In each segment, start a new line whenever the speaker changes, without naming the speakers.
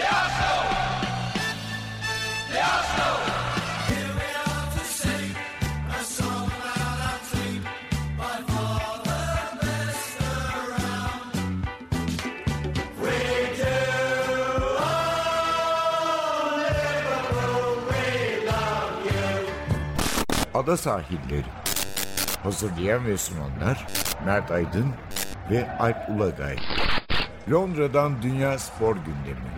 Ada Sahilleri. Hazırlayan ve sunanlar Mert Aydın ve Alp Ulagay. Londra'dan Dünya Spor Gündemi.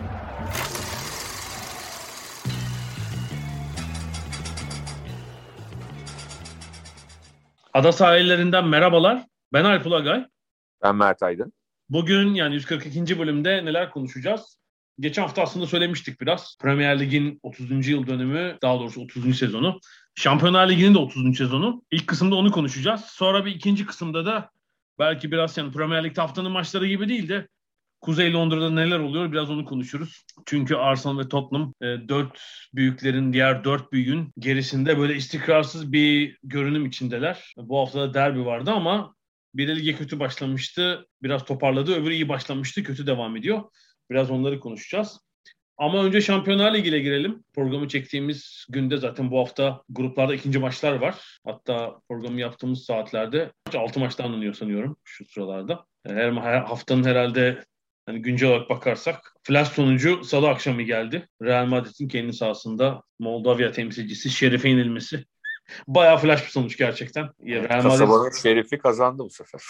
Ada sahillerinden merhabalar. Ben Alp Ulagay.
Ben Mert Aydın.
Bugün yani 142. bölümde neler konuşacağız? Geçen hafta aslında söylemiştik biraz. Premier Lig'in 30. yıl dönümü, daha doğrusu 30. sezonu. Şampiyonlar Ligi'nin de 30. sezonu. İlk kısımda onu konuşacağız. Sonra bir ikinci kısımda da belki biraz yani Premier Lig'de haftanın maçları gibi değil de Kuzey Londra'da neler oluyor biraz onu konuşuruz. Çünkü Arsenal ve Tottenham 4 büyüklerin diğer 4 büyüğün gerisinde böyle istikrarsız bir görünüm içindeler. Bu hafta da derbi vardı ama biri lige kötü başlamıştı. Biraz toparladı. Öbürü iyi başlamıştı. Kötü devam ediyor. Biraz onları konuşacağız. Ama önce Şampiyonlar Ligi ile girelim. Programı çektiğimiz günde zaten bu hafta gruplarda ikinci maçlar var. Hatta programı yaptığımız saatlerde 6 maçtan dönüyor sanıyorum şu sıralarda. Her haftanın herhalde hani güncel olarak bakarsak flash sonucu Salı akşamı geldi. Real Madrid'in kendi sahasında Moldova temsilcisi Şerif'e yenilmesi. Bayağı flash bir sonuç gerçekten.
Real Madrid... Kasabanın Şerif'i kazandı bu sefer.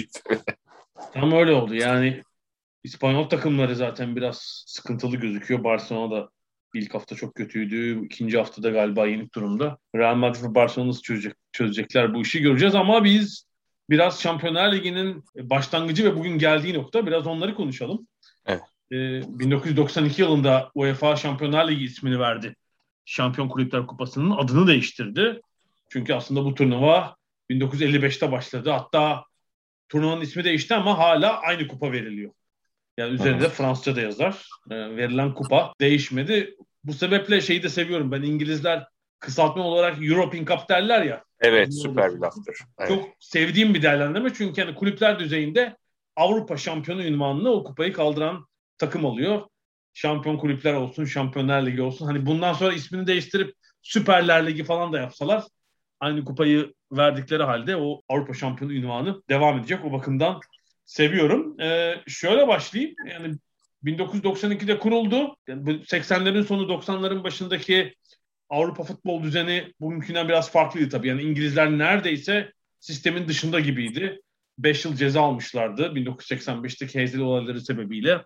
Tam öyle oldu yani. İspanyol takımları zaten biraz sıkıntılı gözüküyor. Barcelona da ilk hafta çok kötüydü. İkinci haftada galiba yenik durumda. Real Madrid ve Barcelona nasıl çözecekler bu işi göreceğiz. Ama biz biraz Şampiyonlar Ligi'nin başlangıcı ve bugün geldiği nokta biraz onları konuşalım.
Evet.
1992 yılında UEFA Şampiyonlar Ligi ismini verdi. Şampiyon Kulüpler Kupası'nın adını değiştirdi. Çünkü aslında bu turnuva 1955'te başladı. Hatta turnuvanın ismi değişti ama hala aynı kupa veriliyor. Yani üzerinde Fransızca da yazar. Verilen kupa değişmedi. Bu sebeple şeyi de seviyorum. Ben İngilizler kısaltma olarak European Cup derler ya.
Evet, süper bir laftır. Evet.
Çok sevdiğim bir değerlendirme. Çünkü yani kulüpler düzeyinde Avrupa şampiyonu unvanını o kupayı kaldıran takım oluyor. Şampiyon kulüpler olsun, Şampiyonlar Ligi olsun. Hani bundan sonra ismini değiştirip Süperler Ligi falan da yapsalar aynı kupayı verdikleri halde o Avrupa şampiyonu unvanı devam edecek. O bakımdan seviyorum. Şöyle başlayayım. Yani 1992'de kuruldu. Yani 80'lerin sonu 90'ların başındaki Avrupa futbol düzeni bugünkünden biraz farklıydı tabii. Yani İngilizler neredeyse sistemin dışında gibiydi. 5 yıl ceza almışlardı 1985'teki Heysel olayları sebebiyle.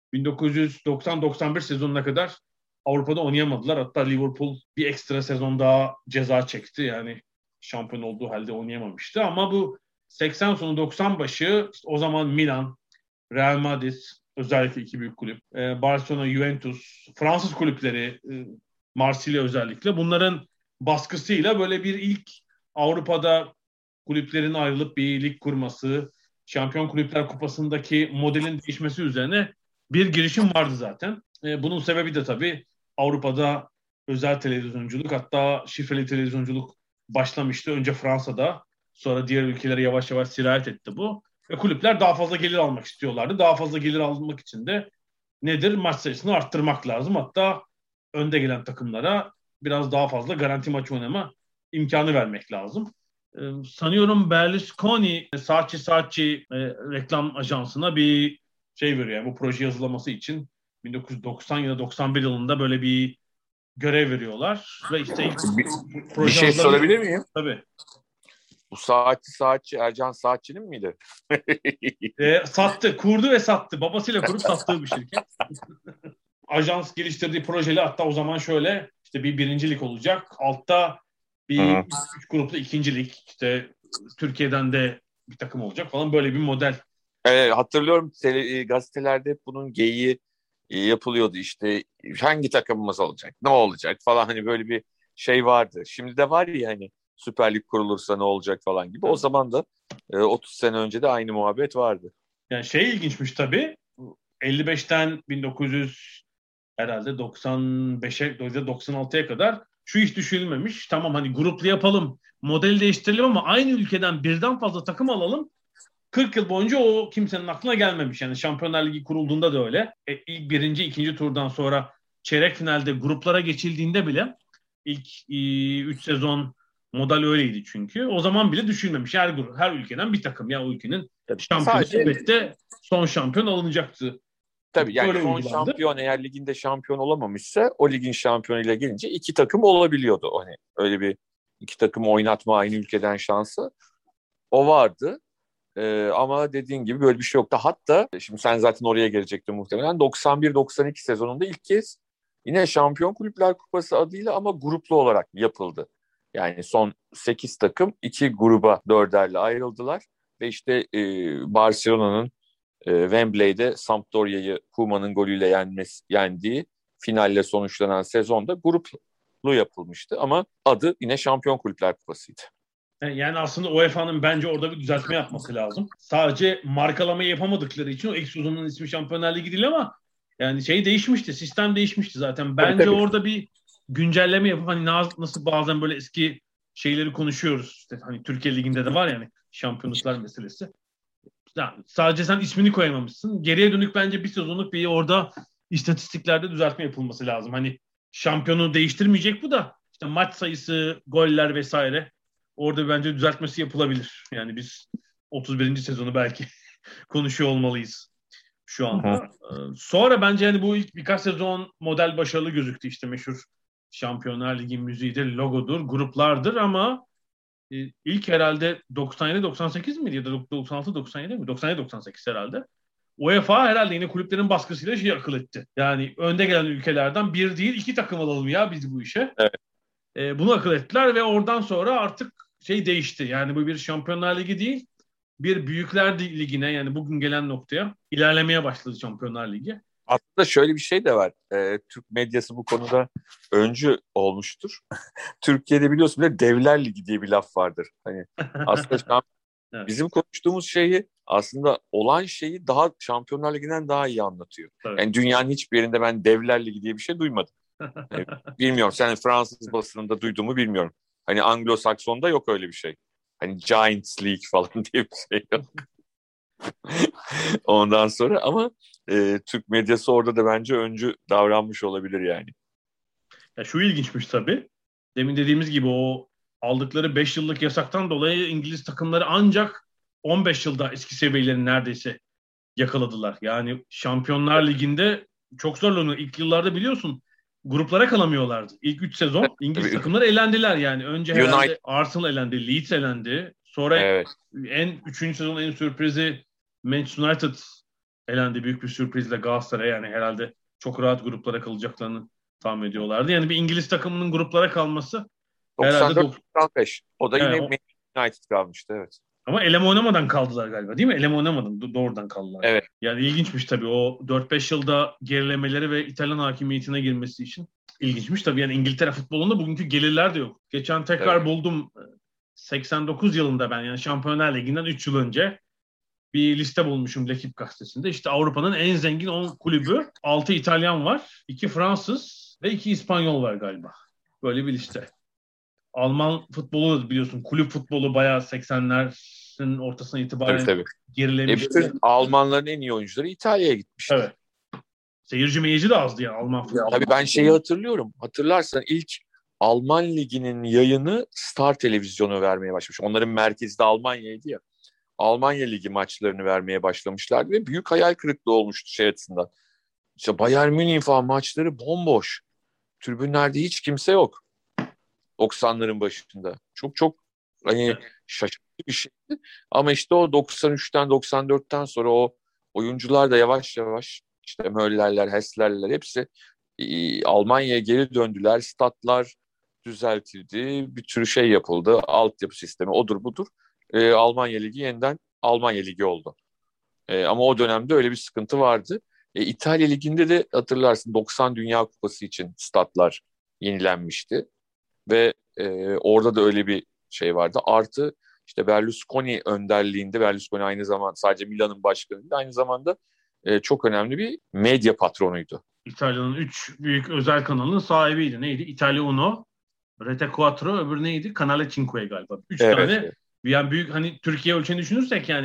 1990-91 sezonuna kadar Avrupa'da oynayamadılar. Hatta Liverpool bir ekstra sezon daha ceza çekti. Yani şampiyon olduğu halde oynayamamıştı. Ama bu 80 sonu 90 başı işte o zaman Milan, Real Madrid, özellikle iki büyük kulüp, Barcelona, Juventus, Fransız kulüpleri, Marsilya özellikle bunların baskısıyla böyle bir ilk Avrupa'da kulüplerin ayrılıp bir lig kurması, Şampiyon Kulüpler Kupası'ndaki modelin değişmesi üzerine bir girişim vardı zaten. Bunun sebebi de tabii Avrupa'da özel televizyonculuk hatta şifreli televizyonculuk başlamıştı. Önce Fransa'da, sonra diğer ülkelere yavaş yavaş sirayet etti bu. Ve kulüpler daha fazla gelir almak istiyorlardı. Daha fazla gelir almak için de nedir? Maç sayısını arttırmak lazım. Hatta önde gelen takımlara biraz daha fazla garanti maç oynama imkanı vermek lazım. Sanıyorum Berlusconi Saatchi reklam ajansına bir şey veriyor. Yani bu proje yazılaması için 1990 ya da 91 yılında böyle bir görev veriyorlar. Ve işte
bir şey sorabilir miyim?
Tabii.
Bu Saatçi Ercan Saatçi'nin miydi?
Sattı. Kurdu ve sattı. Babasıyla kurup sattığı bir şirket. Ajans geliştirdiği projeyle hatta o zaman şöyle işte bir birincilik olacak. Altta bir üç gruplu ikincilik. İşte Türkiye'den de bir takım olacak falan. Böyle bir model.
Hatırlıyorum gazetelerde hep bunun geyiği yapılıyordu. İşte hangi takımımız olacak? Ne olacak falan hani böyle bir şey vardı. Şimdi de var ya hani Süper Lig kurulursa ne olacak falan gibi. O zaman da 30 sene önce de aynı muhabbet vardı.
Yani şey ilginçmiş tabii. 55'ten 1900 herhalde 95'e 96'ya kadar şu iş düşünülmemiş. Tamam hani gruplu yapalım, modeli değiştirelim ama aynı ülkeden birden fazla takım alalım. 40 yıl boyunca o kimsenin aklına gelmemiş. Yani Şampiyonlar Ligi kurulduğunda da öyle. İlk birinci, ikinci turdan sonra çeyrek finalde gruplara geçildiğinde bile ilk 3 sezon model öyleydi çünkü. O zaman bile düşünmemiş. Her ülkeden bir takım ya o ülkenin şampiyonu elbette son şampiyon alınacaktı.
Tabii yani böyle son şampiyon eğer liginde şampiyon olamamışsa o ligin şampiyonuyla gelince 2 takım olabiliyordu. Hani öyle bir 2 takım oynatma aynı ülkeden şansı o vardı. Ama dediğin gibi böyle bir şey yoktu. Hatta şimdi sen zaten oraya gelecektin muhtemelen. 91-92 sezonunda ilk kez yine Şampiyon Kulüpler Kupası adıyla ama gruplu olarak yapıldı. Yani son 8 takım 2 gruba 4'erle ayrıldılar. Ve işte Barcelona'nın Wembley'de Sampdoria'yı Koeman'ın golüyle yendiği finalle sonuçlanan sezonda gruplu yapılmıştı. Ama adı yine Şampiyon Kulüpler Kupası'ydı.
Yani aslında UEFA'nın bence orada bir düzeltme yapması lazım. Sadece markalamayı yapamadıkları için o ilk sezonun ismi Şampiyonlar Ligi değil ama yani değişmişti. Sistem değişmişti zaten. Bence tabii. Orada bir güncelleme yapıp hani nasıl bazen böyle eski şeyleri konuşuyoruz. İşte hani Türkiye Ligi'nde de var yani şampiyonluklar meselesi. Yani sadece sen ismini koyamamışsın. Geriye dönük bence bir sezonluk bir orada istatistiklerde düzeltme yapılması lazım. Hani şampiyonu değiştirmeyecek bu da işte maç sayısı, goller vesaire. Orada bence düzeltmesi yapılabilir. Yani biz 31. sezonu belki konuşuyor olmalıyız şu anda. Sonra bence hani bu ilk birkaç sezon model başarılı gözüktü. İşte meşhur Şampiyonlar Ligi müziğidir, logodur, gruplardır ama ilk herhalde 97-98 miydi ya da 96-97 mi? 97-98 herhalde. UEFA herhalde yine kulüplerin baskısıyla akıl etti. Yani önde gelen ülkelerden bir değil 2 takım alalım ya biz bu işe. Evet. Bunu akıl ettiler ve oradan sonra artık değişti. Yani bu bir Şampiyonlar Ligi değil, bir Büyükler Ligi'ne yani bugün gelen noktaya ilerlemeye başladı Şampiyonlar Ligi.
Aslında şöyle bir şey de var. Türk medyası bu konuda öncü olmuştur. Türkiye'de biliyorsun da Devler Ligi diye bir laf vardır. Hani aslında evet. Bizim konuştuğumuz şeyi aslında olan şeyi daha Şampiyonlar Ligi'nden daha iyi anlatıyor. Evet. Yani dünyanın hiçbir yerinde ben Devler Ligi diye bir şey duymadım. Bilmiyorum. Sen Fransız basınında duyduğumu bilmiyorum. Hani Anglo-Sakson'da yok öyle bir şey. Hani Giants League falan diye bir şey yok. Ondan sonra ama Türk medyası orada da bence öncü davranmış olabilir yani.
Ya şu ilginçmiş tabii. Demin dediğimiz gibi o aldıkları 5 yıllık yasaktan dolayı İngiliz takımları ancak 15 yılda eski seviyelerini neredeyse yakaladılar. Yani Şampiyonlar Ligi'nde çok zorlanıyor. İlk yıllarda biliyorsun gruplara kalamıyorlardı. İlk 3 sezon İngiliz takımları elendiler yani. Önce herhalde Arsenal elendi, Leeds elendi. Sonra 3. sezon en sürprizi Manchester United elendi. Büyük bir sürprizle Galatasaray yani herhalde çok rahat gruplara kalacaklarını tahmin ediyorlardı. Yani bir İngiliz takımının gruplara kalması
94-95. O da yine United kalmıştı evet.
Ama eleme oynamadan kaldılar galiba değil mi? Eleme oynamadan doğrudan kaldılar.
Evet.
Yani ilginçmiş tabii o 4-5 yılda gerilemeleri ve İtalyan hakimiyetine girmesi için ilginçmiş tabii. Yani İngiltere futbolunda bugünkü gelirler de yok. Geçen tekrar buldum 89 yılında ben yani Şampiyonlar Ligi'nden 3 yıl önce bir liste bulmuşum L'Equipe gazetesinde. İşte Avrupa'nın en zengin 10 kulübü 6 İtalyan var, 2 Fransız ve 2 İspanyol var galiba. Böyle bir liste. Alman futbolu biliyorsun kulüp futbolu bayağı 80'lerin ortasına itibaren gerilemişti.
Bütün Almanların en iyi oyuncuları İtalya'ya gitmişti.
Evet. Seyirci meyirci de azdı ya Alman futbolu.
Tabii ben şeyi hatırlıyorum. Hatırlarsan ilk Alman Ligi'nin yayını Star Televizyonu vermeye başlamış. Onların merkezi de Almanya'ydı ya. Almanya Ligi maçlarını vermeye başlamışlardı ve büyük hayal kırıklığı olmuştu şey açısından. İşte Bayern Münih falan maçları bomboş. Tribünlerde hiç kimse yok. 90'ların başında. Çok hani şaşırtıcı bir şeydi. Ama işte o 93'ten 94'ten sonra o oyuncular da yavaş yavaş işte Möllerler, Hesslerler hepsi Almanya'ya geri döndüler. Statlar düzeltildi. Bir sürü şey yapıldı. Altyapı sistemi odur budur. Almanya Ligi yeniden Almanya Ligi oldu. Ama o dönemde öyle bir sıkıntı vardı. İtalya Ligi'nde de hatırlarsın 90 Dünya Kupası için statlar yenilenmişti. Ve orada da öyle bir şey vardı. Artı işte Berlusconi önderliğinde, Berlusconi aynı zamanda sadece Milan'ın başkanıydı. Aynı zamanda çok önemli bir medya patronuydu.
İtalya'nın 3 büyük özel kanalının sahibiydi. Neydi? İtalya Uno, Rete Quattro, öbürü neydi? Canale 5 galiba. 3 tane. Yani büyük hani Türkiye ölçeğini düşünürsek yani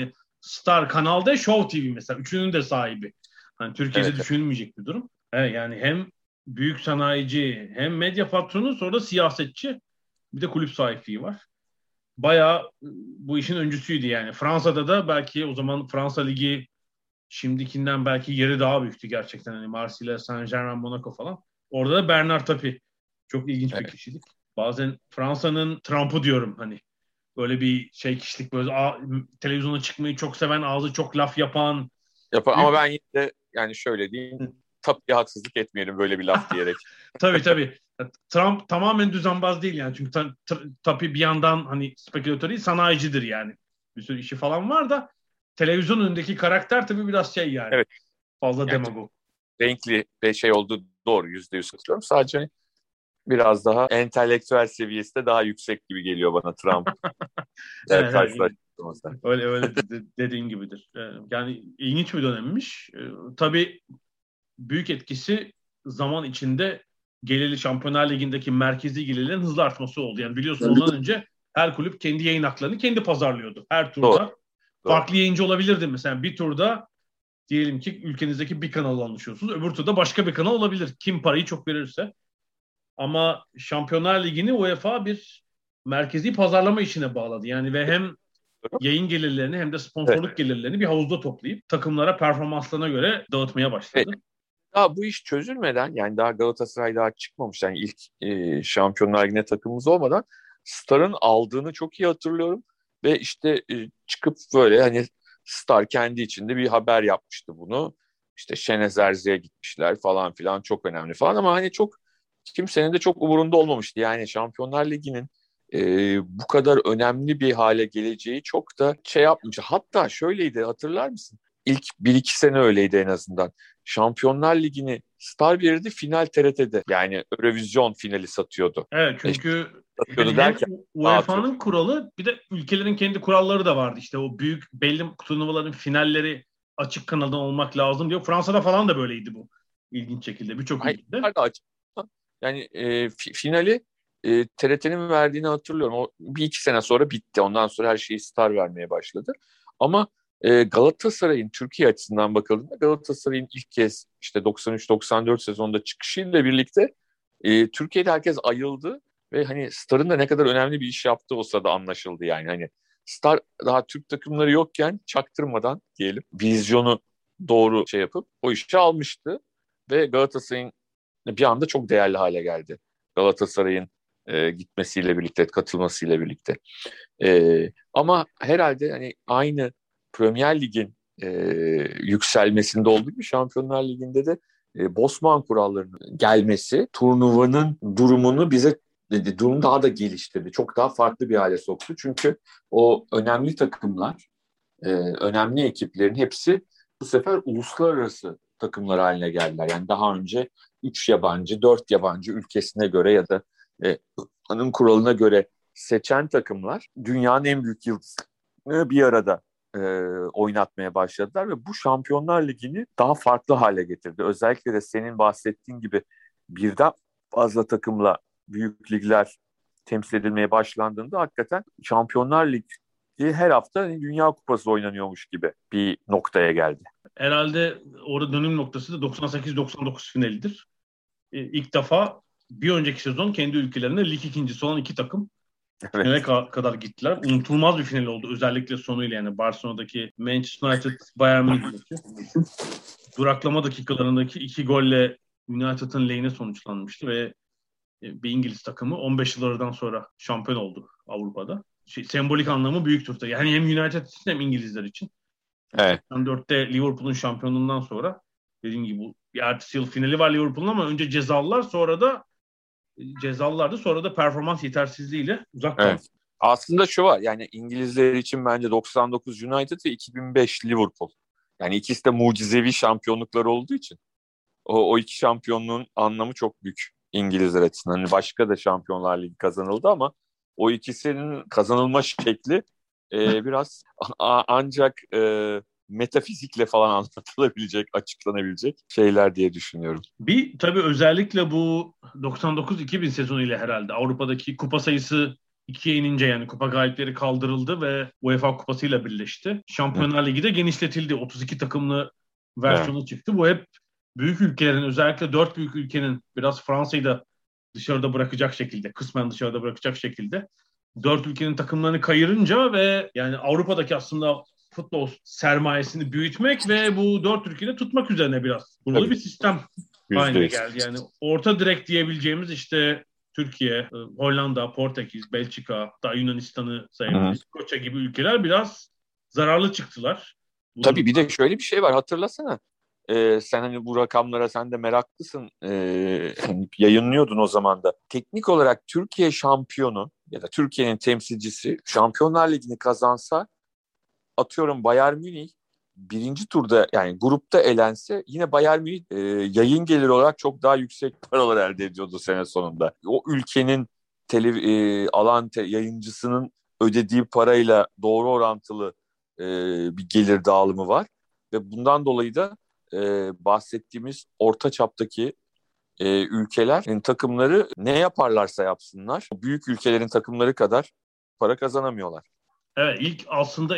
Star, Kanal D, Show TV mesela. Üçünün de sahibi. Hani Türkiye'de
Evet.
düşünülmeyecek bir durum. Evet, yani hem büyük sanayici, hem medya patronu, sonra da siyasetçi. Bir de kulüp sahipliği var. Bayağı bu işin öncüsüydü yani. Fransa'da da belki o zaman Fransa Ligi şimdikinden belki yeri daha büyüktü gerçekten. Hani Marsilya, Saint-Germain, Monaco falan. Orada da Bernard Tapie. Çok ilginç bir kişilik. Bazen Fransa'nın Trump'ı diyorum hani. Böyle bir kişilik, böyle televizyona çıkmayı çok seven, ağzı çok laf yapan.
Ama ben yine de yani şöyle diyeyim. Tabii haksızlık etmeyelim böyle bir laf diyerek.
Tabii. Trump tamamen düzenbaz değil yani. Çünkü Tapie bir yandan hani spekülatör değil, sanayicidir yani. Bir sürü işi falan var da televizyon önündeki karakter tabii biraz yani.
Evet.
Fazla
Yani
demagog.
Renkli ve oldu, doğru, %100 katılıyorum. Sadece biraz daha entelektüel seviyesi de daha yüksek gibi geliyor bana Trump.
Evet.
Karşılaştırması.
Öyle dediğin gibidir. Yani ilginç bir dönemmiş. Tabii büyük etkisi zaman içinde gelirli Şampiyonlar Ligi'ndeki merkezi gelirlerin hızlı artması oldu. Yani biliyorsun ondan önce her kulüp kendi yayın haklarını kendi pazarlıyordu. Her turda
Doğru.
farklı yayıncı olabilirdi. Mesela bir turda diyelim ki ülkenizdeki bir kanal anlaşıyorsunuz. Öbür turda başka bir kanal olabilir. Kim parayı çok verirse. Ama Şampiyonlar Ligi'ni UEFA bir merkezi pazarlama işine bağladı. Yani ve hem yayın gelirlerini hem de sponsorluk gelirlerini bir havuzda toplayıp takımlara performanslarına göre dağıtmaya başladı.
Daha bu iş çözülmeden, yani daha Galatasaray daha çıkmamış, yani ilk Şampiyonlar Ligi'ne takımımız olmadan Star'ın aldığını çok iyi hatırlıyorum ve işte çıkıp böyle hani Star kendi içinde bir haber yapmıştı bunu. İşte Şenez Erzi'ye gitmişler falan filan, çok önemli falan, ama hani çok kimsenin de çok umurunda olmamıştı. Yani Şampiyonlar Ligi'nin bu kadar önemli bir hale geleceği çok da yapmış. Hatta şöyleydi, hatırlar mısın? İlk 1-2 sene öyleydi en azından. Şampiyonlar Ligi'ni Star verirdi, final TRT'de. Yani Eurovision finali satıyordu.
Evet, çünkü
Satıyordu
hem
derken
UEFA'nın kuralı, bir de ülkelerin kendi kuralları da vardı. İşte o büyük belli turnuvaların finalleri açık kanaldan olmak lazım diyor. Fransa'da falan da böyleydi bu. İlginç şekilde birçok ülkede.
Açık. Yani finali TRT'nin verdiğini hatırlıyorum. O 1-2 sene sonra bitti. Ondan sonra her şeyi Star vermeye başladı. Ama Galatasaray'ın Türkiye açısından bakıldığında, Galatasaray'ın ilk kez işte 93-94 sezonunda çıkışıyla birlikte Türkiye'de herkes ayıldı ve hani Star'ın da ne kadar önemli bir iş yaptığı o sırada anlaşıldı yani. Hani Star daha Türk takımları yokken çaktırmadan diyelim vizyonu doğru yapıp o işi almıştı ve Galatasaray'ın bir anda çok değerli hale geldi. Galatasaray'ın gitmesiyle birlikte, katılmasıyla birlikte. Ama herhalde hani aynı Premier Lig'in yükselmesinde olduğu gibi Şampiyonlar Ligi'nde de Bosman kurallarının gelmesi turnuvanın durumunu durumu daha da geliştirdi. Çok daha farklı bir hale soktu. Çünkü o önemli takımlar, önemli ekiplerin hepsi bu sefer uluslararası takımlar haline geldiler. Yani daha önce 3 yabancı, 4 yabancı ülkesine göre ya da onun kuralına göre seçen takımlar dünyanın en büyük yıldızını bir arada oynatmaya başladılar ve bu Şampiyonlar Ligi'ni daha farklı hale getirdi. Özellikle de senin bahsettiğin gibi birden fazla takımla büyük ligler temsil edilmeye başlandığında hakikaten Şampiyonlar Ligi her hafta Dünya Kupası oynanıyormuş gibi bir noktaya geldi.
Herhalde orada dönüm noktası da 98-99 finalidir. İlk defa bir önceki sezon kendi ülkelerinde lig ikincisi olan iki takım finale kadar gittiler. Unutulmaz bir final oldu. Özellikle sonuyla, yani Barcelona'daki Manchester United Bayern Münih maçı. Duraklama dakikalarındaki 2 golle United'ın lehine sonuçlanmıştı ve bir İngiliz takımı 15 yıllardan sonra şampiyon oldu Avrupa'da. Sembolik anlamı büyüktür de. Yani hem United için hem İngilizler için.
Evet.
94'te Liverpool'un şampiyonluğundan sonra dediğim gibi bir ertesi yıl finali var Liverpool'un, ama önce cezalılar, sonra da performans yetersizliğiyle uzak kaldı.
Evet. Aslında şu var, yani İngilizler için bence 99 United ve 2005 Liverpool. Yani ikisi de mucizevi şampiyonluklar olduğu için o iki şampiyonluğun anlamı çok büyük İngilizler açısından. Hani başka da Şampiyonlar Ligi kazanıldı ama o ikisinin kazanılma şekli biraz ancak metafizikle falan anlatılabilecek, açıklanabilecek şeyler diye düşünüyorum.
Bir tabii özellikle bu 99-2000 sezonu ile herhalde Avrupa'daki kupa sayısı ikiye inince yani kupa galipleri kaldırıldı ve UEFA kupasıyla birleşti. Şampiyonlar Ligi de genişletildi. 32 takımlı versiyonu çıktı. Bu hep büyük ülkelerin, özellikle 4 büyük ülkenin, biraz Fransa'yı da dışarıda bırakacak şekilde, kısmen dışarıda bırakacak şekilde 4 ülkenin takımlarını kayırınca ve yani Avrupa'daki aslında futbol sermayesini büyütmek ve bu 4 ülkeyi tutmak üzerine biraz kurulu bir sistem haline geldi. Yani orta direk diyebileceğimiz işte Türkiye, Hollanda, Portekiz, Belçika, hatta Yunanistan'ı sayabiliriz. Koça gibi ülkeler biraz zararlı çıktılar.
Tabii bir de şöyle bir şey var, hatırlasana. Sen hani bu rakamlara sen de meraklısın. Hani yayınlıyordun o zaman da. Teknik olarak Türkiye şampiyonu ya da Türkiye'nin temsilcisi Şampiyonlar Ligi'ni kazansa, atıyorum Bayern Münih birinci turda yani grupta elense, yine Bayern Münih yayın geliri olarak çok daha yüksek paralar elde ediyordu sene sonunda. O ülkenin yayıncısının ödediği parayla doğru orantılı bir gelir dağılımı var. Ve bundan dolayı da bahsettiğimiz orta çaptaki ülkelerin takımları ne yaparlarsa yapsınlar, büyük ülkelerin takımları kadar para kazanamıyorlar.
Evet, ilk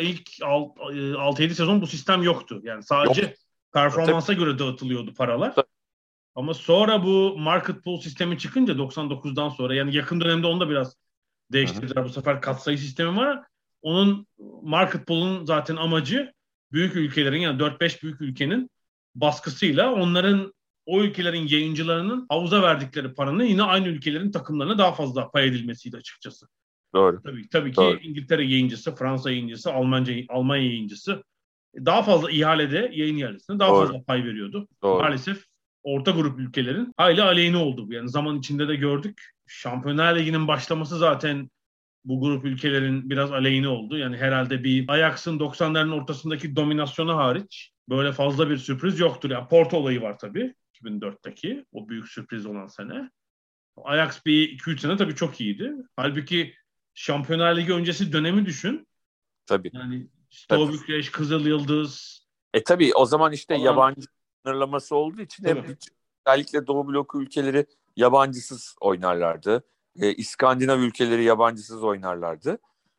6-7 sezon bu sistem yoktu. Yani sadece performansa göre dağıtılıyordu paralar. Ama sonra bu market pool sistemi çıkınca 99'dan sonra, yani yakın dönemde onu da biraz değiştirdiler. Bu sefer katsayı sistemi var. Onun market pool'un zaten amacı büyük ülkelerin, yani 4-5 büyük ülkenin baskısıyla onların, o ülkelerin yayıncılarının havuza verdikleri paranın yine aynı ülkelerin takımlarına daha fazla pay edilmesiydi açıkçası.
Doğru.
Tabii ki İngiltere yayıncısı, Fransa yayıncısı, Almanya yayıncısı daha fazla ihalede, yayın ihalesine daha fazla pay veriyordu.
Doğru.
Maalesef orta grup ülkelerin hayli aleyhine oldu bu. Yani zaman içinde de gördük. Şampiyonlar Ligi'nin başlaması zaten bu grup ülkelerin biraz aleyhine oldu. Yani herhalde bir Ajax'ın 90'ların ortasındaki dominasyonu hariç böyle fazla bir sürpriz yoktur. Yani Porto olayı var tabii, 2004'teki o büyük sürpriz olan sene. Ajax bir 2-3 sene tabii çok iyiydi. Halbuki Şampiyonlar Ligi öncesi dönemi düşün.
Tabii.
Yani Steaua Bükreş, Kızıl Yıldız.
Tabii o zaman işte yabancı sınırlaması olduğu için hep özellikle Doğu bloku ülkeleri yabancısız oynarlardı. İskandinav ülkeleri yabancısız oynarlardı.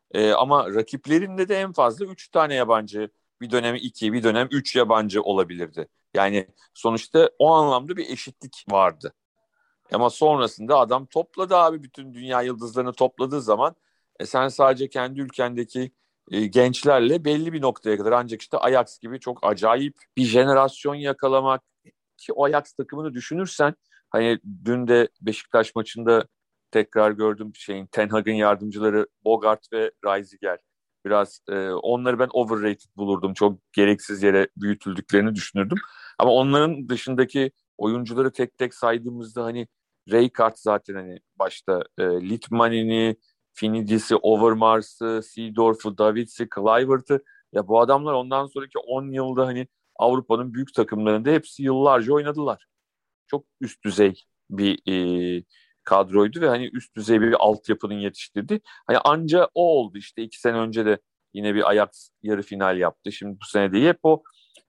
Ama rakiplerinde de en fazla 3 tane yabancı, bir dönem 2, bir dönem 3 yabancı olabilirdi. Yani sonuçta o anlamda bir eşitlik vardı. Ama sonrasında adam topladı abi, bütün dünya yıldızlarını topladığı zaman sen sadece kendi ülkendeki gençlerle belli bir noktaya kadar, ancak işte Ajax gibi çok acayip bir jenerasyon yakalamak, ki o Ajax takımını düşünürsen, hani dün de Beşiktaş maçında tekrar gördüm Ten Hag'ın yardımcıları Bogart ve Reisiger. Biraz onları ben overrated bulurdum. Çok gereksiz yere büyütüldüklerini düşünürdüm. Ama onların dışındaki oyuncuları tek tek saydığımızda, hani Rijkaard zaten hani başta, Litmanin'i, Finidis'i, Overmars'ı, Seedorf'u, Davids'i, Kluivert'ı, ya bu adamlar ondan sonraki 10 yılda hani Avrupa'nın büyük takımlarında hepsi yıllarca oynadılar. Çok üst düzey bir kadroydu ve hani üst düzey bir altyapının yetiştirdiği. Hani anca o oldu işte, 2 sene önce de yine bir Ajax yarı final yaptı. Şimdi bu sene de hep o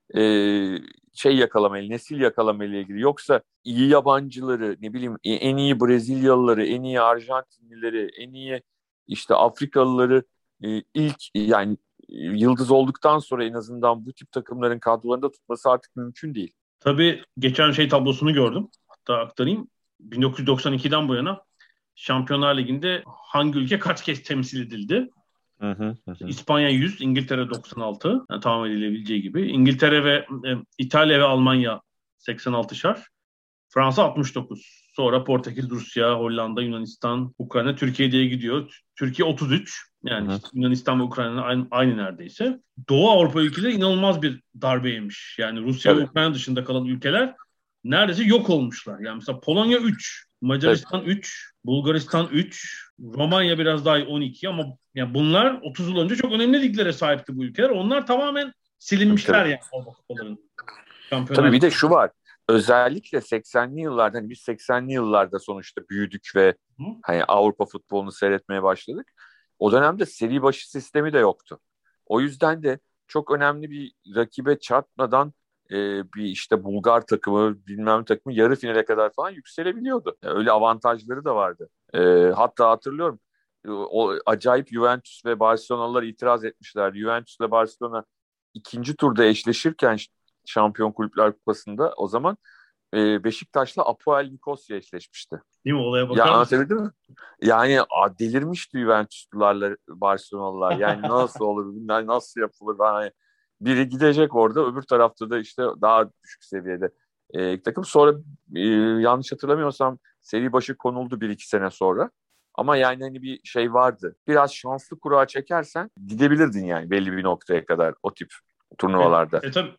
yakalamayla, nesil yakalamayla ilgili. Yoksa iyi yabancıları, ne bileyim en iyi Brezilyalıları, en iyi Arjantinlileri, en iyi işte Afrikalıları ilk yani yıldız olduktan sonra en azından bu tip takımların kadrolarında tutması artık mümkün değil.
Tabii geçen tablosunu gördüm. Hatta aktarayım. 1992'den bu yana Şampiyonlar Ligi'nde hangi ülke kaç kez temsil edildi? İspanya 100, İngiltere 96. Yani tahmin edilebileceği gibi. İngiltere ve İtalya ve Almanya 86'şar. Fransa 69. Sonra Portekiz, Rusya, Hollanda, Yunanistan, Ukrayna, Türkiye diye gidiyor. Türkiye 33. Yani Yunanistan ve Ukrayna aynı neredeyse. Doğu Avrupa ülkeleri inanılmaz bir darbe yemiş. Yani Rusya ve Ukrayna dışında kalan ülkeler neredeyse yok olmuşlar. Yani mesela Polonya 3, Macaristan 3, Bulgaristan 3, Romanya biraz daha 12, ama yani bunlar 30 yıl önce çok önemli liglere sahipti bu ülkeler. Onlar tamamen silinmişler yani Avrupa kupalarının.
Tabii bir de şu var. Özellikle 80'li yıllarda, hani biz 80'li yıllarda sonuçta büyüdük ve hani Avrupa futbolunu seyretmeye başladık. O dönemde seri başı sistemi de yoktu. O yüzden de çok önemli bir rakibe çarpmadan bir işte Bulgar takımı, bilmem takımı yarı finale kadar falan yükselebiliyordu. Öyle avantajları da vardı. Hatta hatırlıyorum o acayip Juventus ve Barcelonalılar itiraz etmişler. Juventus ile Barcelona ikinci turda eşleşirken Şampiyon Kulüpler Kupası'nda o zaman Beşiktaş'la Apoel Nikosya eşleşmişti.
Değil mi? Olaya
Ya
bakar mısın?
anlatabildim mi? Yani delirmişti Juventuslularla Barcelonalılar. Yani nasıl olur, nasıl yapılır? Yani biri gidecek orada, öbür tarafta da işte daha düşük seviyede takım. Sonra yanlış hatırlamıyorsam seri başı konuldu 1-2 sene sonra. Ama yani hani bir şey vardı. Biraz şanslı kura çekersen gidebilirdin yani belli bir noktaya kadar o tip turnuvalarda.
Tabii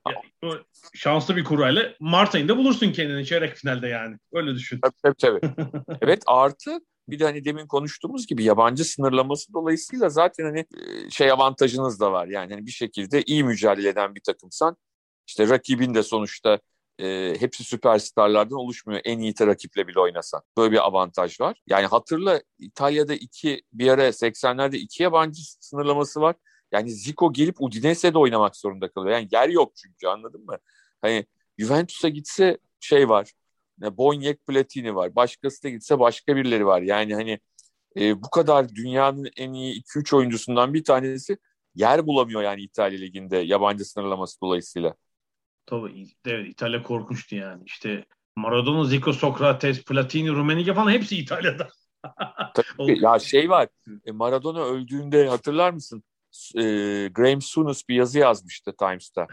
şanslı bir kurayla Mart ayında bulursun kendini çeyrek finalde yani. Öyle düşün.
Tabii. Evet, artı bir de hani demin konuştuğumuz gibi yabancı sınırlaması dolayısıyla zaten hani şey avantajınız da var. Yani hani bir şekilde iyi mücadele eden bir takımsan işte rakibin de sonuçta hepsi süperstarlardan oluşmuyor. En iyi rakiple bile oynasan. Böyle bir avantaj var. Yani hatırla, İtalya'da bir ara 80'lerde 2 yabancı sınırlaması var. Yani Zico gelip Udinese'de oynamak zorunda kalıyor. Yani yer yok çünkü, anladın mı? Hani Juventus'a gitse şey var. Boniek, Platini var. Başkası da gitse başka birileri var. Yani hani bu kadar dünyanın en iyi 2-3 oyuncusundan bir tanesi yer bulamıyor yani İtalya Ligi'nde yabancı sınırlaması dolayısıyla.
Tabii evet, İtalya korkunçtu yani. İşte Maradona, Zico, Sokrates, Platini, Rummenigge falan hepsi İtalya'da.
Tabii ya şey var. Maradona öldüğünde hatırlar mısın? Graham Souness bir yazı yazmıştı Times'ta.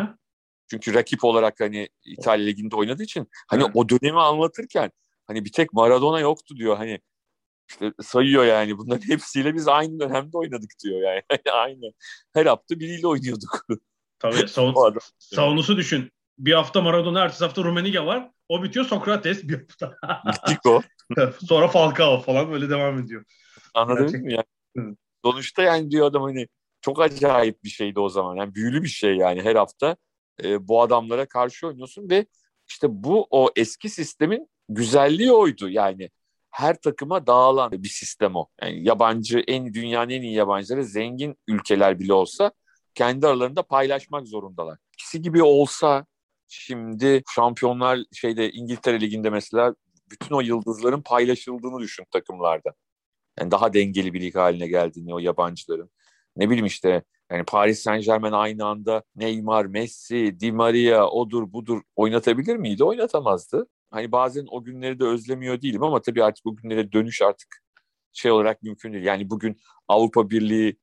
Çünkü rakip olarak hani İtalya Ligi'nde oynadığı için hani o dönemi anlatırken hani bir tek Maradona yoktu diyor. Hani işte sayıyor yani, bunların hepsiyle biz aynı dönemde oynadık diyor yani. Aynı. Her hafta biriyle oynuyorduk.
Tabii savunusu düşün. Bir hafta Maradona, ertesi hafta Rummenigge var. O bitiyor, Sokrates bir hafta.
O.
Sonra Falcao falan böyle devam ediyor.
Anladın mı yani? Sonuçta yani diyor adam, hani çok acayip bir şeydi o zaman. Yani büyülü bir şey yani, her hafta bu adamlara karşı oynuyorsun ve işte bu o eski sistemin güzelliği oydu yani. Her takıma dağılan bir sistem o. Yani yabancı, dünyanın en iyi yabancıları zengin ülkeler bile olsa kendi aralarında paylaşmak zorundalar. İkisi gibi olsa şimdi Şampiyonlar İngiltere Ligi'nde mesela bütün o yıldızların paylaşıldığını düşün takımlarda. Yani daha dengeli bir lig haline geldiğini, o yabancıların. Ne bileyim işte, yani Paris Saint-Germain aynı anda Neymar, Messi, Di Maria, odur budur oynatabilir miydi? Oynatamazdı. Hani bazen o günleri de özlemiyor değilim ama tabii artık o günlere dönüş artık şey olarak mümkün değil. Yani bugün Avrupa Birliği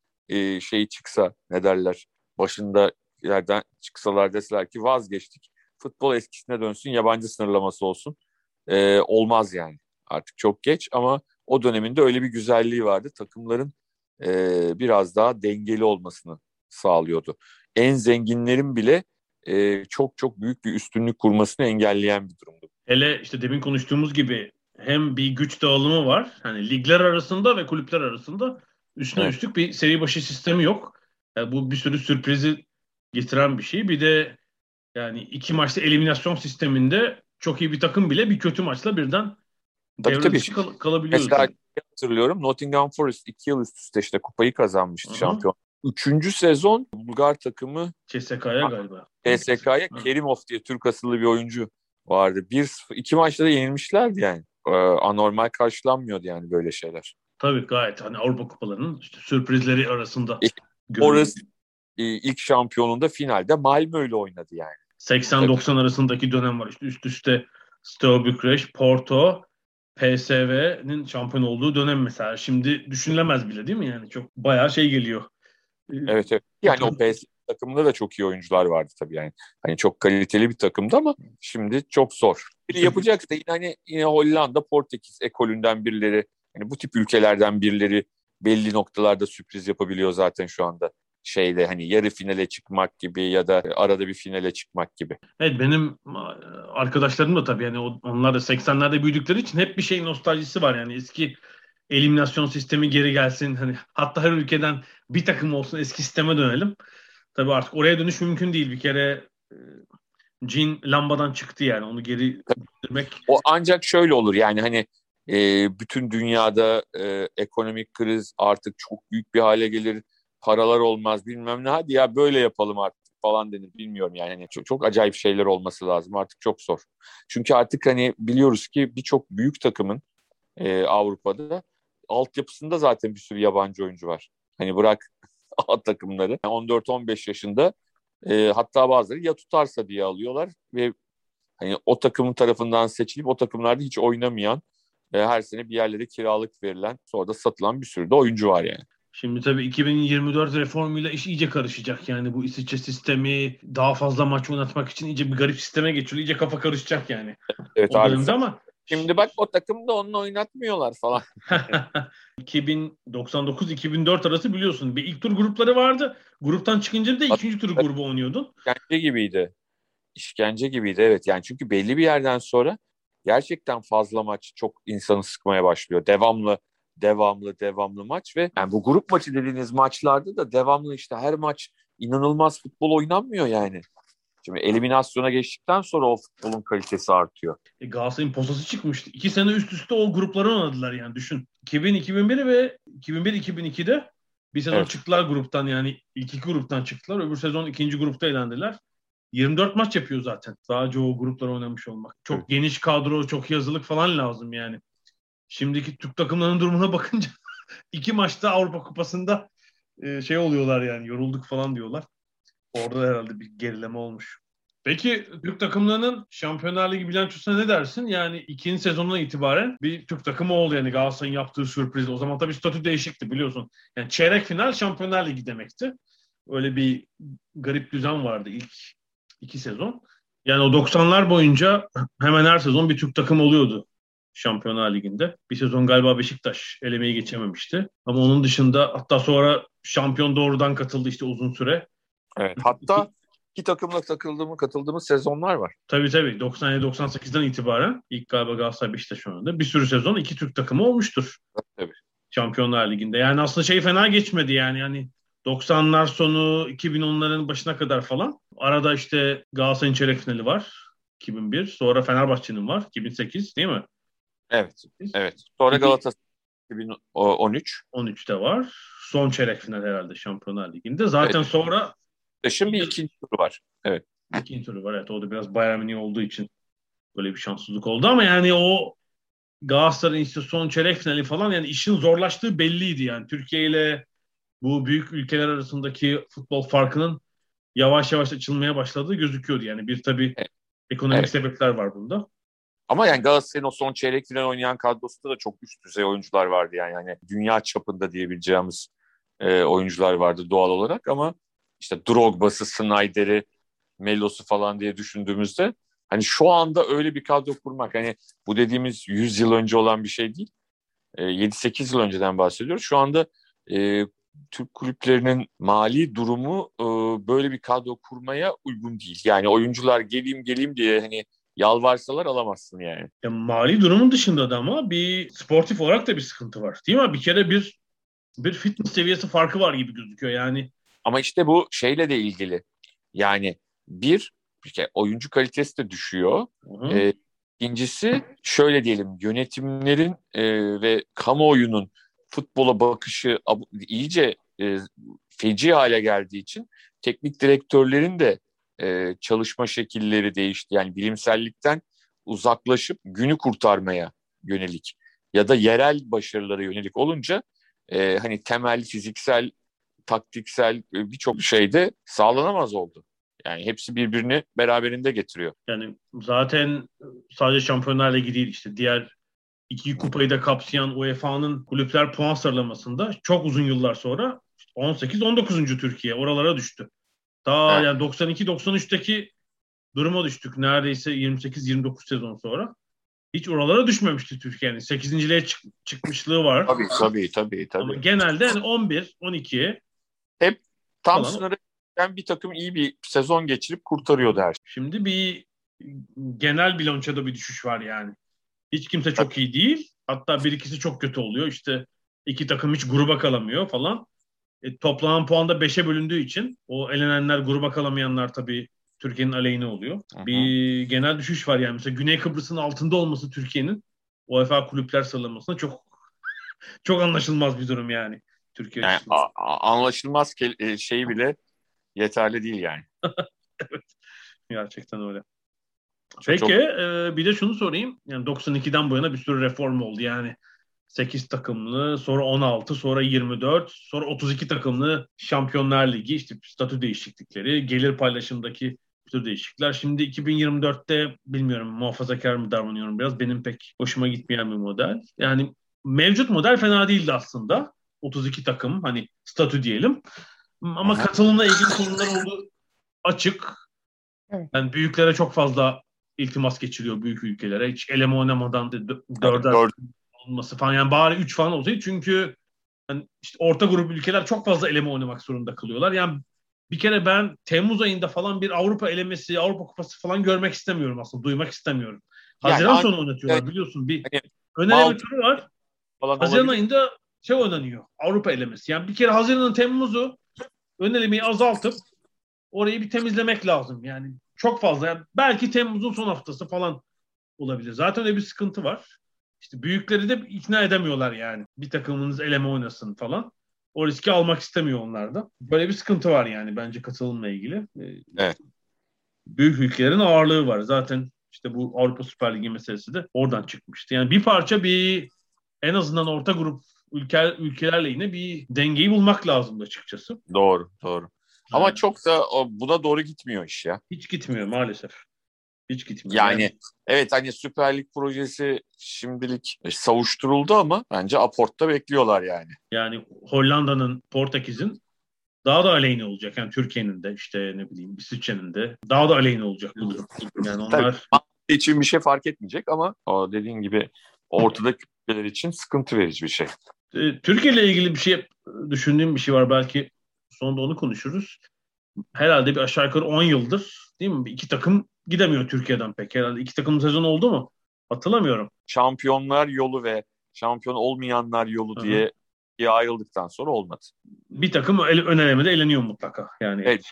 çıksa, ne derler, başında yerden çıksalar, deseler ki vazgeçtik, futbol eskisine dönsün, yabancı sınırlaması olsun. Olmaz yani. Artık çok geç ama o döneminde öyle bir güzelliği vardı. Takımların biraz daha dengeli olmasını sağlıyordu. En zenginlerin bile çok çok büyük bir üstünlük kurmasını engelleyen bir durumdu.
Hele işte demin konuştuğumuz gibi hem bir güç dağılımı var. Hani ligler arasında ve kulüpler arasında üstüne
Evet.
üstlük bir seri başı sistemi yok. Yani bu bir sürü sürprizi getiren bir şey. Bir de yani 2 maçta eliminasyon sisteminde çok iyi bir takım bile bir kötü maçla birden devre
Tabii.
dışı kalabiliyor.
Mesela hatırlıyorum, Nottingham Forest 2 yıl üst üste işte kupayı kazanmıştı, şampiyon. Üçüncü sezon Bulgar takımı
CSKA'ya galiba.
CSKA'ya Kerimov diye Türk asıllı bir oyuncu vardı. 1-0, 2 maçta da yenilmişlerdi yani. Anormal karşılanmıyordu yani böyle şeyler.
Tabii gayet hani Avrupa kupalarının işte sürprizleri arasında
Forest ilk şampiyonunda finalde Malmö ile oynadı yani.
80-90 arasındaki dönem var. İşte üst üste Steaua Bükreş, Porto, PSV'nin şampiyon olduğu dönem mesela. Şimdi düşünülemez bile değil mi? Yani çok bayağı şey geliyor.
Evet. Yani o PSV takımında da çok iyi oyuncular vardı tabii yani. Hani çok kaliteli bir takımdı ama şimdi çok zor. Yapacaksa yine Hollanda, Portekiz ekolünden birileri, yani bu tip ülkelerden birileri belli noktalarda sürpriz yapabiliyor zaten şu anda. Hani yarı finale çıkmak gibi ya da arada bir finale çıkmak gibi.
Evet, benim arkadaşlarım da tabii yani onlar da 80'lerde büyüdükleri için hep bir şey nostaljisi var yani eski eliminasyon sistemi geri gelsin, hani hatta her ülkeden bir takım olsun, eski sisteme dönelim. Tabii artık oraya dönüş mümkün değil, bir kere cin lambadan çıktı yani, onu geri dönmek.
O ancak şöyle olur yani, hani bütün dünyada ekonomik kriz artık çok büyük bir hale gelir, paralar olmaz bilmem ne, hadi ya böyle yapalım artık falan denir, bilmiyorum yani. Hani çok, çok acayip şeyler olması lazım, artık çok zor. Çünkü artık hani biliyoruz ki birçok büyük takımın Avrupa'da altyapısında zaten bir sürü yabancı oyuncu var. Hani bırak A takımları. 14-15 yaşında hatta bazıları ya tutarsa diye alıyorlar ve hani o takımın tarafından seçilip o takımlarda hiç oynamayan, her sene bir yerlere kiralık verilen, sonra da satılan bir sürü de oyuncu var yani.
Şimdi tabii 2024 reformuyla iş iyice karışacak. Yani bu İsviçre sistemi daha fazla maç oynatmak için iyice bir garip sisteme geçiyor. İyice kafa karışacak yani.
Evet
O
abi.
dönemde ama
Şimdi bak o takımda onunla oynatmıyorlar falan.
2099-2004 arası biliyorsun. Bir ilk tur grupları vardı. Gruptan çıkınca bir de ikinci tur grubu oynuyordun.
İşkence gibiydi. İşkence gibiydi evet. Yani çünkü belli bir yerden sonra gerçekten fazla maç çok insanı sıkmaya başlıyor. Devamlı maç ve yani bu grup maçı dediğiniz maçlarda da devamlı işte her maç inanılmaz futbol oynanmıyor yani. Şimdi eliminasyona geçtikten sonra o futbolun kalitesi artıyor.
Galatasaray'ın posası çıkmıştı. 2 sene üst üste o grupları oynadılar yani düşün. 2000-2001 ve 2001-2002'de bir sezon çıktılar gruptan, yani ilk iki gruptan çıktılar. Öbür sezon ikinci grupta elendiler. 24 maç yapıyor zaten. Sadece o gruplar oynamış olmak. Çok geniş kadro, çok iyi hazırlık falan lazım yani. Şimdiki Türk takımlarının durumuna bakınca 2 maçta Avrupa Kupası'nda şey oluyorlar yani, yorulduk falan diyorlar. Orada herhalde bir gerileme olmuş. Peki Türk takımlarının Şampiyonlar Ligi bilançosuna ne dersin? Yani ikinci sezonuna itibaren bir Türk takımı oldu yani, Galatasaray'ın yaptığı sürpriz. O zaman tabii statü değişikti biliyorsun. Yani çeyrek final Şampiyonlar Ligi demekti. Öyle bir garip düzen vardı ilk 2 sezon. Yani o 90'lar boyunca hemen her sezon bir Türk takımı oluyordu Şampiyonlar Ligi'nde. Bir sezon galiba Beşiktaş elemeyi geçememişti. Ama onun dışında hatta sonra şampiyon doğrudan katıldı işte uzun süre.
Evet, hatta iki takımla katıldığımız sezonlar var.
Tabii 97-98'den itibaren ilk galiba Galatasaray Beşiktaş oynadı. Bir sürü sezon iki Türk takımı olmuştur.
Tabii.
Şampiyonlar Ligi'nde. Yani aslında şey fena geçmedi yani. Yani 90'lar sonu 2010'ların başına kadar falan. Arada işte Galatasaray'ın çeyrek finali var. 2001. Sonra Fenerbahçe'nin var. 2008 değil mi?
Evet. Evet. Sonra Galatasaray 2013.
13'te var. Son çeyrek final herhalde Şampiyonlar Ligi'nde. Zaten evet. Sonra
Şimdi bir ikinci turu var. Evet.
İkinci turu var. Evet. O da biraz Bayern Münih olduğu için böyle bir şanssızlık oldu ama yani o Galatasaray'ın işte son çeyrek finali falan, yani işin zorlaştığı belliydi yani. Türkiye ile bu büyük ülkeler arasındaki futbol farkının yavaş yavaş açılmaya başladığı gözüküyordu. Yani bir tabii ekonomik sebepler var bunda.
Ama yani Galatasaray'ın o son çeyrek final oynayan kadrosunda da çok üst düzey oyuncular vardı yani. Yani dünya çapında diyebileceğimiz oyuncular vardı doğal olarak ama işte Drogba'sı, Snyder'i, Melo'su falan diye düşündüğümüzde hani şu anda öyle bir kadro kurmak, hani bu dediğimiz 100 yıl önce olan bir şey değil. 7-8 yıl önceden bahsediyoruz. Şu anda Türk kulüplerinin mali durumu böyle bir kadro kurmaya uygun değil. Yani oyuncular geleyim diye hani yalvarsalar alamazsın yani.
Ya mali durumun dışında da ama bir sportif olarak da bir sıkıntı var. Değil mi? Bir kere bir fitness seviyesi farkı var gibi gözüküyor yani.
Ama işte bu şeyle de ilgili. Yani bir kere oyuncu kalitesi de düşüyor. İkincisi şöyle diyelim, yönetimlerin ve kamuoyunun futbola bakışı iyice feci hale geldiği için teknik direktörlerin de çalışma şekilleri değişti. Yani bilimsellikten uzaklaşıp günü kurtarmaya yönelik ya da yerel başarılara yönelik olunca hani temel, fiziksel, taktiksel birçok şeyde sağlanamaz oldu. Yani hepsi birbirini beraberinde getiriyor.
Yani zaten sadece Şampiyonlar Ligi değil, işte diğer iki kupayı da kapsayan UEFA'nın kulüpler puan sıralamasında çok uzun yıllar sonra 18-19. Türkiye oralara düştü. Daha yani 92-93'teki duruma düştük. Neredeyse 28-29 sezon sonra. Hiç oralara düşmemişti Türkiye'nin. 8.liğe çıkmışlığı var.
Tabii.
Ama genelde yani 11, 12
hep tam sınırı bir takım iyi bir sezon geçirip kurtarıyordu her şey.
Şimdi bir genel bilançoda bir düşüş var yani. Hiç kimse çok iyi değil. Hatta bir ikisi çok kötü oluyor. İşte iki takım hiç gruba kalamıyor falan. Toplanan puan da 5'e bölündüğü için o elenenler, gruba kalamayanlar tabii Türkiye'nin aleyhine oluyor. Hı-hı. Bir genel düşüş var yani. Mesela Güney Kıbrıs'ın altında olması Türkiye'nin UEFA kulüpler sıralamasında çok anlaşılmaz bir durum yani. Türkiye
yani anlaşılmaz şeyi bile yeterli değil yani.
Evet. Gerçekten öyle. Peki bir de şunu sorayım. Yani 92'den bu yana bir sürü reform oldu yani. 8 takımlı, sonra 16, sonra 24, sonra 32 takımlı Şampiyonlar Ligi, işte statü değişiklikleri, gelir paylaşımındaki statü değişiklikler. Şimdi 2024'te bilmiyorum, muhafazakar mı davranıyorum biraz. Benim pek hoşuma gitmeyen bir model. Yani mevcut model fena değildi aslında. 32 takım, hani statü diyelim. Ama katılımla ilgili sorunlar olduğu açık.
Evet.
Yani büyüklere çok fazla iltimas geçiliyor, büyük ülkelere. Hiç eleme oynamadan dörder olması falan. Yani bari 3 falan olsaydı. Çünkü yani işte orta grup ülkeler çok fazla eleme oynamak zorunda kalıyorlar. Yani bir kere ben Temmuz ayında falan bir Avrupa elemesi, Avrupa Kupası falan görmek istemiyorum aslında. Duymak istemiyorum. Haziran sonu oynatıyorlar biliyorsun. Bir
hani,
ön eleme turu var.
falan
Haziran
olabilir.
ayında oynanıyor. Avrupa elemesi. Yani bir kere Haziran'ın Temmuz'u ön elemeyi azaltıp orayı bir temizlemek lazım. Yani çok fazla. Yani belki Temmuz'un son haftası falan olabilir. Zaten öyle bir sıkıntı var. İşte büyükleri de ikna edemiyorlar yani. Bir takımınız eleme oynasın falan. O riski almak istemiyor onlar da. Böyle bir sıkıntı var yani bence katılımla ilgili.
Evet.
Büyük ülkelerin ağırlığı var. Zaten işte bu Avrupa Süper Ligi meselesi de oradan çıkmıştı. Yani bir parça en azından orta grup ülkelerle yine bir dengeyi bulmak lazımdı açıkçası.
Doğru. Ama
Evet.
çok da buna doğru gitmiyor iş ya.
Hiç gitmiyor maalesef. Hiç gitmiyor.
Yani evet, hani Süper Lig projesi şimdilik savuşturuldu ama bence aportta bekliyorlar yani.
Yani Hollanda'nın, Portekiz'in daha da aleyhine olacak. Yani Türkiye'nin de, işte ne bileyim, İsviçre'nin de daha da aleyhine olacak bu durum. Yani onlar
Tabii için bir şey fark etmeyecek ama o dediğin gibi ortadaki ülkeler için sıkıntı verici bir şey.
Türkiye ile ilgili bir şey düşündüğüm bir şey var. Belki sonunda onu konuşuruz. Herhalde bir aşağı yukarı 10 yıldır değil mi? İki takım gidemiyor Türkiye'den pek. Herhalde iki takım sezon oldu mu? Hatırlamıyorum.
Şampiyonlar yolu ve şampiyon olmayanlar yolu
Hı-hı.
diye ayrıldıktan sonra olmadı.
Bir takım ön elemede eleniyor mutlaka. Yani
evet,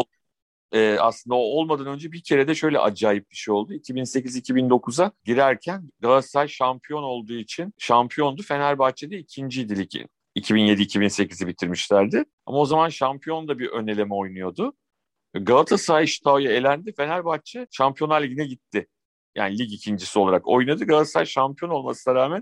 aslında o olmadan önce bir kere de şöyle acayip bir şey oldu. 2008-2009'a girerken Galatasaray şampiyon olduğu için şampiyondu. Fenerbahçe'de ikinciydi ligi. 2007-2008'i bitirmişlerdi. Ama o zaman şampiyon da bir ön eleme oynuyordu. Galatasaray Şita'ya elendi. Fenerbahçe Şampiyonlar Ligi'ne gitti. Yani lig ikincisi olarak oynadı. Galatasaray şampiyon olmasına rağmen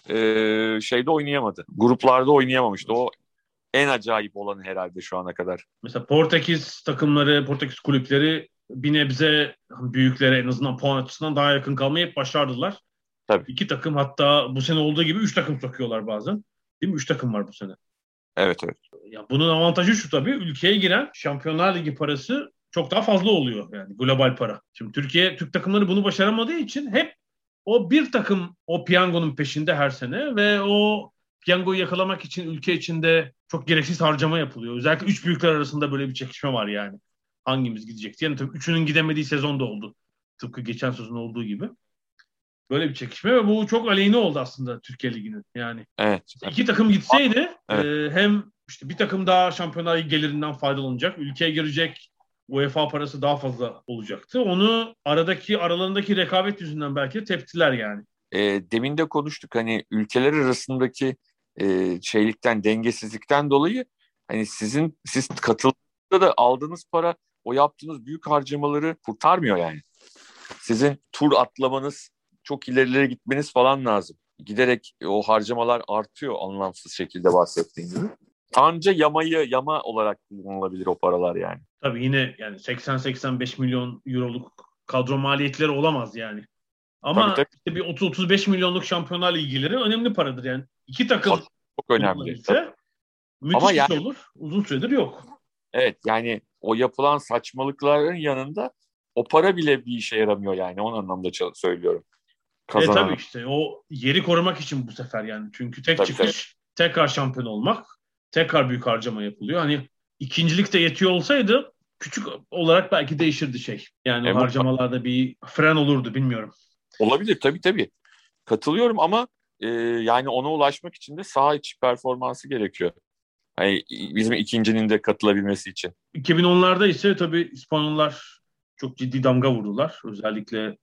şeyde oynayamadı. Gruplarda oynayamamıştı. O en acayip olanı herhalde şu ana kadar.
Mesela Portekiz takımları, Portekiz kulüpleri bir nebze büyüklere en azından puan açısından daha yakın kalmayı hep başardılar.
Tabii.
İki takım, hatta bu sene olduğu gibi 3 takım sokuyorlar bazen. Değil mi? 3 takım var bu sene.
Evet.
Ya bunun avantajı şu tabii. Ülkeye giren Şampiyonlar Ligi parası çok daha fazla oluyor yani, global para. Şimdi Türk takımları bunu başaramadığı için hep o bir takım o piyangonun peşinde her sene ve o piyangoyu yakalamak için ülke içinde çok gereksiz harcama yapılıyor. Özellikle üç büyükler arasında böyle bir çekişme var yani. Hangimiz gidecek diye. Yani tabii üçünün gidemediği sezon da oldu. Tıpkı geçen sezon olduğu gibi. Böyle bir çekişme ve bu çok aleyhine oldu aslında Türkiye Ligi'nin. Yani
Evet.
iki takım gitseydi
Evet.
hem işte bir takım daha Şampiyonlar Ligi gelirinden faydalanacak. Ülkeye girecek UEFA parası daha fazla olacaktı. Onu aralarındaki rekabet yüzünden belki de teptiler yani.
Demin de konuştuk, hani ülkeler arasındaki dengesizlikten dolayı hani siz katıldığında da aldığınız para o yaptığınız büyük harcamaları kurtarmıyor yani. Sizin tur atlamanız, çok ilerilere gitmeniz falan lazım. Giderek o harcamalar artıyor anlamsız şekilde, bahsettiğim gibi. Anca yama olarak kullanılabilir o paralar yani.
Tabii yine yani 80-85 milyon euroluk kadro maliyetleri olamaz yani. Ama
Tabii.
işte bir 30-35 milyonluk Şampiyonlar Ligileri önemli paradır yani. İki takım
çok önemli.
Müthiş
Ama
bir
yani,
şey olur. Uzun süredir yok.
Evet, yani o yapılan saçmalıkların yanında o para bile bir işe yaramıyor yani. O anlamda söylüyorum.
Tabii işte o yeri korumak için bu sefer yani. Çünkü tek çıkış tekrar şampiyon olmak. Tekrar büyük harcama yapılıyor. Hani ikincilik de yetiyor olsaydı küçük olarak belki değişirdi şey. Yani o harcamalarda bir fren olurdu, bilmiyorum.
Olabilir tabii. Katılıyorum ama yani ona ulaşmak için de saha içi performansı gerekiyor. Yani bizim ikincinin de katılabilmesi için.
2010'larda ise tabii İspanyollar çok ciddi damga vurdular. Özellikle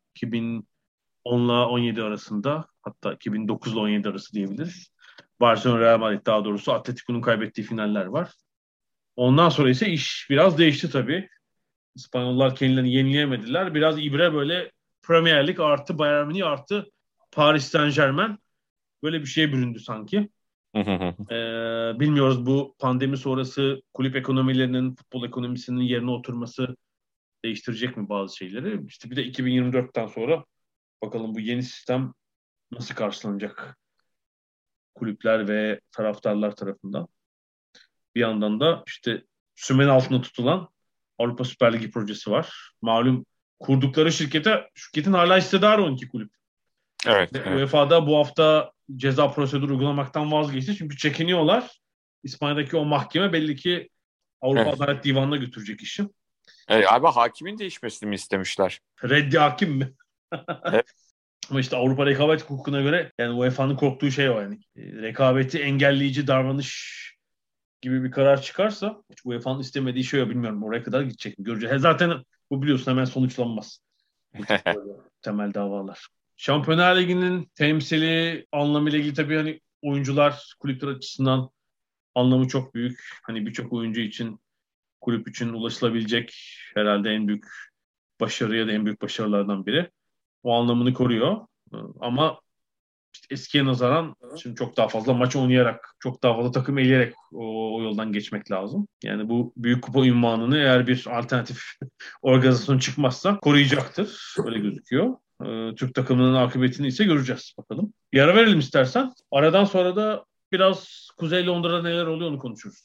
2010'la 17 arasında, hatta 2009'la 17 arası diyebiliriz. Barcelona, Real Madrid, daha doğrusu Atletico'nun kaybettiği finaller var. Ondan sonra ise iş biraz değişti tabii. İspanyollar kendilerini yenileyemediler. Biraz ibre böyle Premier Lig artı Bayern Münih artı Paris Saint-Germain böyle bir şeye büründü sanki. Bilmiyoruz, bu pandemi sonrası kulüp ekonomilerinin futbol ekonomisinin yerine oturması değiştirecek mi bazı şeyleri? İşte bir de 2024'ten sonra bakalım bu yeni sistem nasıl karşılanacak kulüpler ve taraftarlar tarafından. Bir yandan da işte sümen altında tutulan Avrupa Süper Ligi projesi var. Malum kurdukları şirketin hala hissedarı 12 kulüp.
Evet.
UEFA'da bu hafta ceza prosedürü uygulamaktan vazgeçti. Çünkü çekiniyorlar. İspanya'daki o mahkeme belli ki Avrupa Adalet Divanı'na götürecek işi.
Abi hakimin değişmesini mi istemişler?
Reddi hakim mi?
Evet.
Ama işte Avrupa rekabet hukukuna göre yani UEFA'nın korktuğu şey o yani. Rekabeti engelleyici davranış gibi bir karar çıkarsa UEFA'nın istemediği şey o, bilmiyorum oraya kadar gidecek mi göreceğiz. Zaten bu biliyorsun hemen sonuçlanmaz. Temel davalar. Şampiyonlar Ligi'nin temsili anlamıyla ilgili tabii hani oyuncular, kulüpler açısından anlamı çok büyük. Hani birçok oyuncu için, kulüp için ulaşılabilecek herhalde en büyük başarı ya da en büyük başarılardan biri. O anlamını koruyor. Ama işte eskiye nazaran şimdi çok daha fazla maç oynayarak, çok daha fazla takım eleyerek o yoldan geçmek lazım. Yani bu büyük kupa unvanını eğer bir alternatif organizasyon çıkmazsa koruyacaktır. Öyle gözüküyor. Türk takımının akıbetini ise göreceğiz bakalım. Bir ara verelim istersen. Aradan sonra da biraz Kuzey Londra'da neler oluyor onu konuşuruz.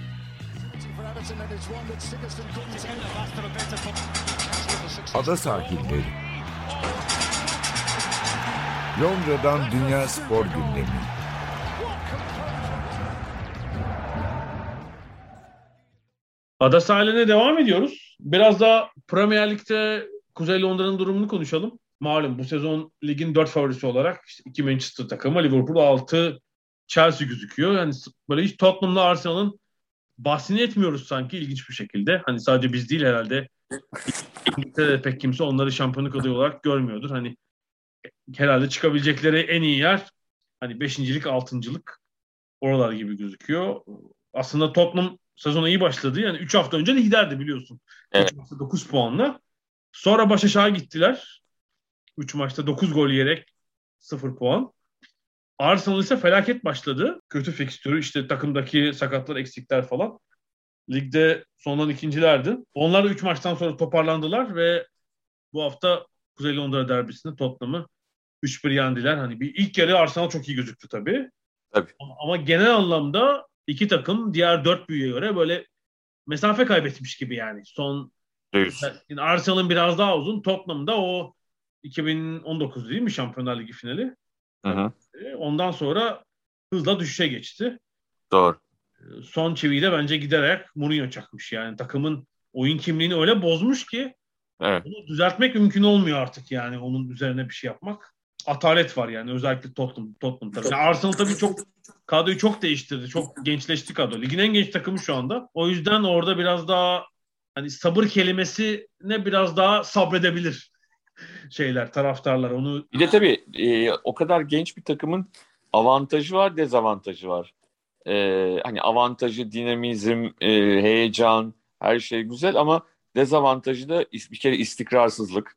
Ada sahilleri. Londra'dan Dünya Spor Gündemi.
Ada sahiline devam ediyoruz. Biraz da Premier Lig'de Kuzey Londra'nın durumunu konuşalım. Malum bu sezon ligin 4 favorisi olarak işte 2 Manchester takımı, Liverpool 6 Chelsea gözüküyor. Yani böyle hiç Tottenham'la Arsenal'ın bahsini etmiyoruz sanki ilginç bir şekilde. Hani sadece biz değil herhalde. İngiltere'de pek kimse onları şampiyonluk adayı olarak görmüyordur. Hani herhalde çıkabilecekleri en iyi yer hani 5.'lik 6.'lık oralar gibi gözüküyor. Aslında Tottenham sezona iyi başladı. Yani 3 hafta önce liderdi biliyorsun.
Evet.
3 maçta 9 puanla. Sonra baş aşağı gittiler. 3 maçta 9 gol yiyerek 0 puan. Arsenal ise felaket başladı. Kötü fikstürü, işte takımdaki sakatlar, eksikler falan. Ligde sondan ikincilerdi. Onlar da 3 maçtan sonra toparlandılar ve bu hafta Kuzey Londra derbisinde Tottenham'ı 3-1 yendiler. Hani bir ilk yarı Arsenal çok iyi gözüktü tabii.
Tabii.
Ama genel anlamda iki takım diğer 4 büyüğe göre böyle mesafe kaybetmiş gibi yani. Yani Arsenal'ın biraz daha uzun. Tottenham'da o 2019 değil mi Şampiyonlar Ligi finali?
Hı.
Ondan sonra hızla düşüşe geçti.
Doğru.
Son çiviyi de bence giderek Mourinho çakmış. Yani takımın oyun kimliğini öyle bozmuş ki bunu düzeltmek mümkün olmuyor artık yani onun üzerine bir şey yapmak. Atalet var yani özellikle Tottenham tabii. Yani Arsenal tabii kadroyu çok değiştirdi. Çok gençleşti kadro. Ligin en genç takımı şu anda. O yüzden orada biraz daha hani sabır kelimesine biraz daha sabredebilir taraftarlar onu.
Bir de tabii o kadar genç bir takımın avantajı var, dezavantajı var. Hani avantajı dinamizm, heyecan, her şey güzel ama dezavantajı da bir kere istikrarsızlık.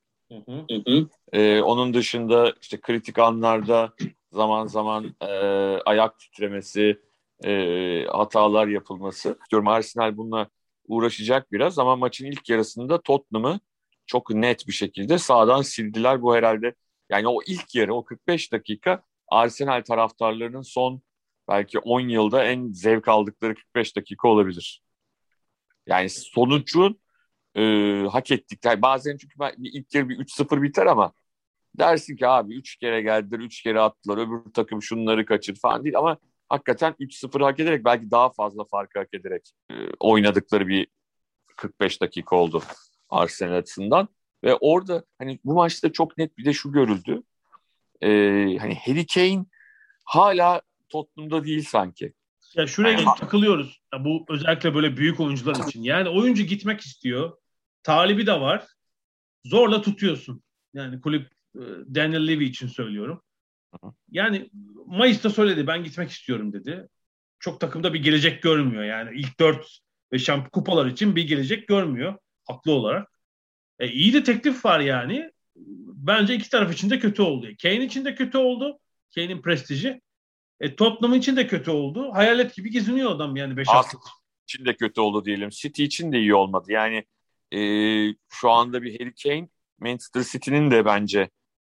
Onun dışında işte kritik anlarda zaman zaman ayak titremesi, hatalar yapılması. Diyorum Arsenal bununla uğraşacak biraz ama maçın ilk yarısında Tottenham'ı çok net bir şekilde sağdan sildiler. Bu herhalde yani o ilk yarı, o 45 dakika Arsenal taraftarlarının son belki 10 yılda en zevk aldıkları 45 dakika olabilir. Yani sonucun hak ettikler. Bazen çünkü ilk yarı bir 3-0 biter ama dersin ki abi 3 kere geldiler, 3 kere attılar, öbür takım şunları kaçır falan değil ama hakikaten 3-0 hak ederek belki daha fazla farkı hak ederek oynadıkları bir 45 dakika oldu Arsenal açısından. Ve orada hani bu maçta çok net bir de şu görüldü. Hani Harry Kane hala Tottenham'da değil sanki.
Ya şuraya takılıyoruz. Ya bu özellikle böyle büyük oyuncular için. Yani oyuncu gitmek istiyor. Talibi de var. Zorla tutuyorsun. Yani kulüp Daniel Levy için söylüyorum. Yani Mayıs'ta söyledi ben gitmek istiyorum dedi. Çok takımda bir gelecek görmüyor. Yani ilk 4 ve kupalar için bir gelecek görmüyor. Haklı olarak. İyi de teklif var yani. Bence iki taraf için de kötü oldu. Kane için de kötü oldu. Kane'in prestiji. Tottenham için de kötü oldu. Hayalet gibi geziniyor adam yani 5 hafta.
Arsenal için de kötü oldu diyelim. City için de iyi olmadı. Yani şu anda bir Harry Kane Manchester City'nin de bence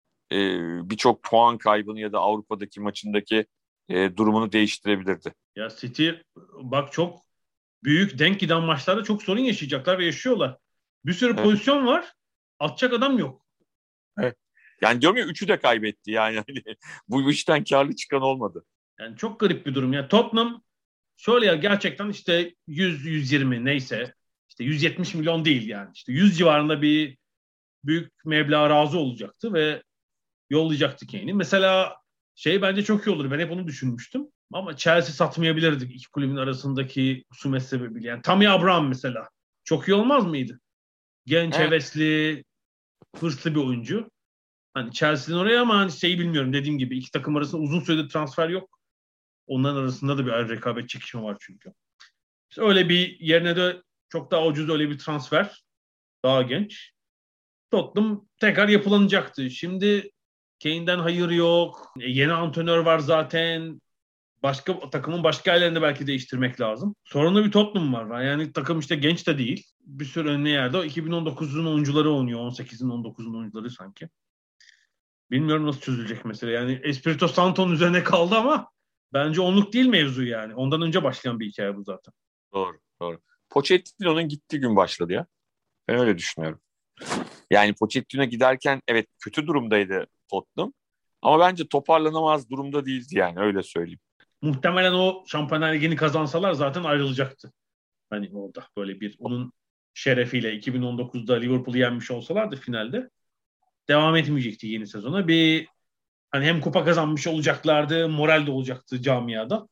birçok puan kaybını ya da Avrupa'daki maçındaki durumunu değiştirebilirdi.
Ya City bak çok büyük denk giden maçlarda çok sorun yaşayacaklar ve yaşıyorlar. Bir sürü pozisyon var. Atacak adam yok.
Evet. Yani diyorum ya 3'ü de kaybetti yani. Bu işten karlı çıkan olmadı.
Yani çok garip bir durum. Yani Tottenham şöyle ya gerçekten işte 100-120 neyse işte 170 milyon değil yani. İşte 100 civarında bir büyük meblağ razı olacaktı ve yollayacaktı Kane'i. Mesela bence çok iyi olur. Ben hep onu düşünmüştüm. Ama Chelsea satmayabilirdik iki kulübün arasındaki husumet sebebiyle. Yani Tammy Abraham mesela. Çok iyi olmaz mıydı? Genç, hevesli, hırslı bir oyuncu. Hani Chelsea'nin oraya ama hani bilmiyorum. Dediğim gibi iki takım arasında uzun süredir transfer yok. Onların arasında da bir ayrı rekabet çekişme var çünkü. İşte öyle bir yerine de çok daha ucuz öyle bir transfer. Daha genç. Tottenham tekrar yapılanacaktı. Şimdi Kane'den hayır yok. Yeni antrenör var zaten. Başka takımın başka yerlerini belki değiştirmek lazım. Sorunlu bir Tottenham var. Yani takım işte genç de değil. Bir sürü önüne yerde. O 2019'un oyuncuları oynuyor. 18'in 19'un oyuncuları sanki. Bilmiyorum nasıl çözülecek mesela. Yani Espirito Santo'nun üzerine kaldı ama bence onluk değil mevzu yani. Ondan önce başlayan bir hikaye bu zaten.
Doğru, doğru. Pochettino'nun gittiği gün başladı ya. Ben öyle düşünüyorum. Yani Pochettino giderken evet kötü durumdaydı Tottenham. Ama bence toparlanamaz durumda değildi yani öyle söyleyeyim.
Muhtemelen o Şampiyonlar Ligi'ni kazansalar zaten ayrılacaktı. Hani orada böyle bir onun şerefiyle 2019'da Liverpool'u yenmiş olsalardı finalde devam etmeyecekti yeni sezona. Bir hani hem kupa kazanmış olacaklardı, moral de olacaktı camiada.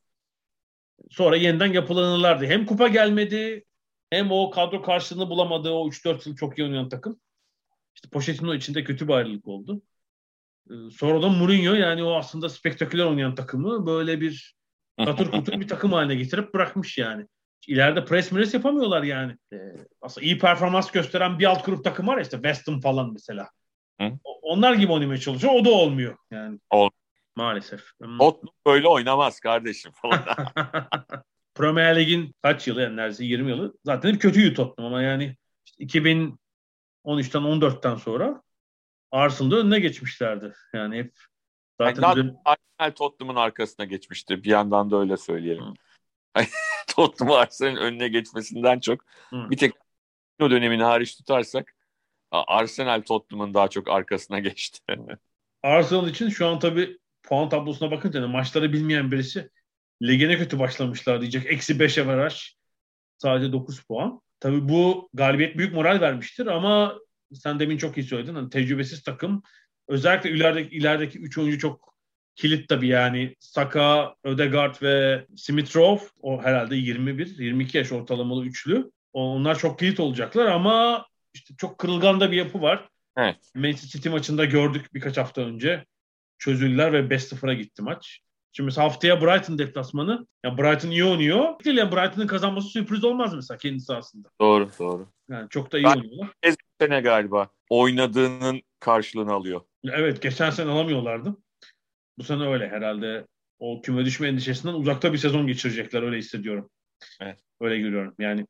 Sonra yeniden yapılanırlardı. Hem kupa gelmedi, hem o kadro karşılığını bulamadı. O 3-4 yıl çok iyi oynayan takım. İşte Pochettino için de kötü bir ayrılık oldu. Sonradan Mourinho yani o aslında spektaküler oynayan takımı böyle bir katır kutur bir takım haline getirip bırakmış yani. İleride pres yapamıyorlar yani. Aslında iyi performans gösteren bir alt grup takım var ya işte West Ham falan mesela. Onlar gibi oynamaya çalışıyor. O da olmuyor yani. Maalesef.
Tottenham böyle oynamaz kardeşim falan.
Premier Lig'in kaç yılı yani neredeyse 20 yılı zaten hep kötüydü Tottenham ama yani işte 2013'ten 14'ten sonra Arsenal'da önüne geçmişlerdi. Yani hep zaten
Arsenal Tottenham'ın arkasına geçmişti. Bir yandan da öyle söyleyelim. Tottenham Arsenal'in önüne geçmesinden çok bir tek o dönemini hariç tutarsak Arsenal Tottenham'ın daha çok arkasına geçti.
Arsenal için şu an tabii puan tablosuna bakınca yani maçları bilmeyen birisi lige ne kötü başlamışlar diyecek. -5 averaj. Sadece 9 puan. Tabii bu galibiyet büyük moral vermiştir ama sen demin çok iyi söyledin. Hani tecrübesiz takım. Özellikle ilerideki 3 oyuncu çok kilit tabii yani. Saka, Ødegaard ve Smith Rowe. O herhalde 21-22 yaş ortalamalı üçlü. Onlar çok kilit olacaklar ama işte çok kırılgan da bir yapı var.
Evet.
Manchester City maçında gördük birkaç hafta önce. Çözüldüler ve 5-0'a gitti maç. Şimdi mesela haftaya Brighton deplasmanı. Yani Brighton iyi oynuyor. Değil yani Brighton'ın kazanması sürpriz olmaz mesela kendi sahasında.
Doğru.
Yani çok da iyi oynuyorlar.
Bu sene galiba oynadığının karşılığını alıyor.
Evet geçen sene alamıyorlardı. Bu sene öyle herhalde. O küme düşme endişesinden uzakta bir sezon geçirecekler öyle hissediyorum.
Evet.
Öyle görüyorum. Yani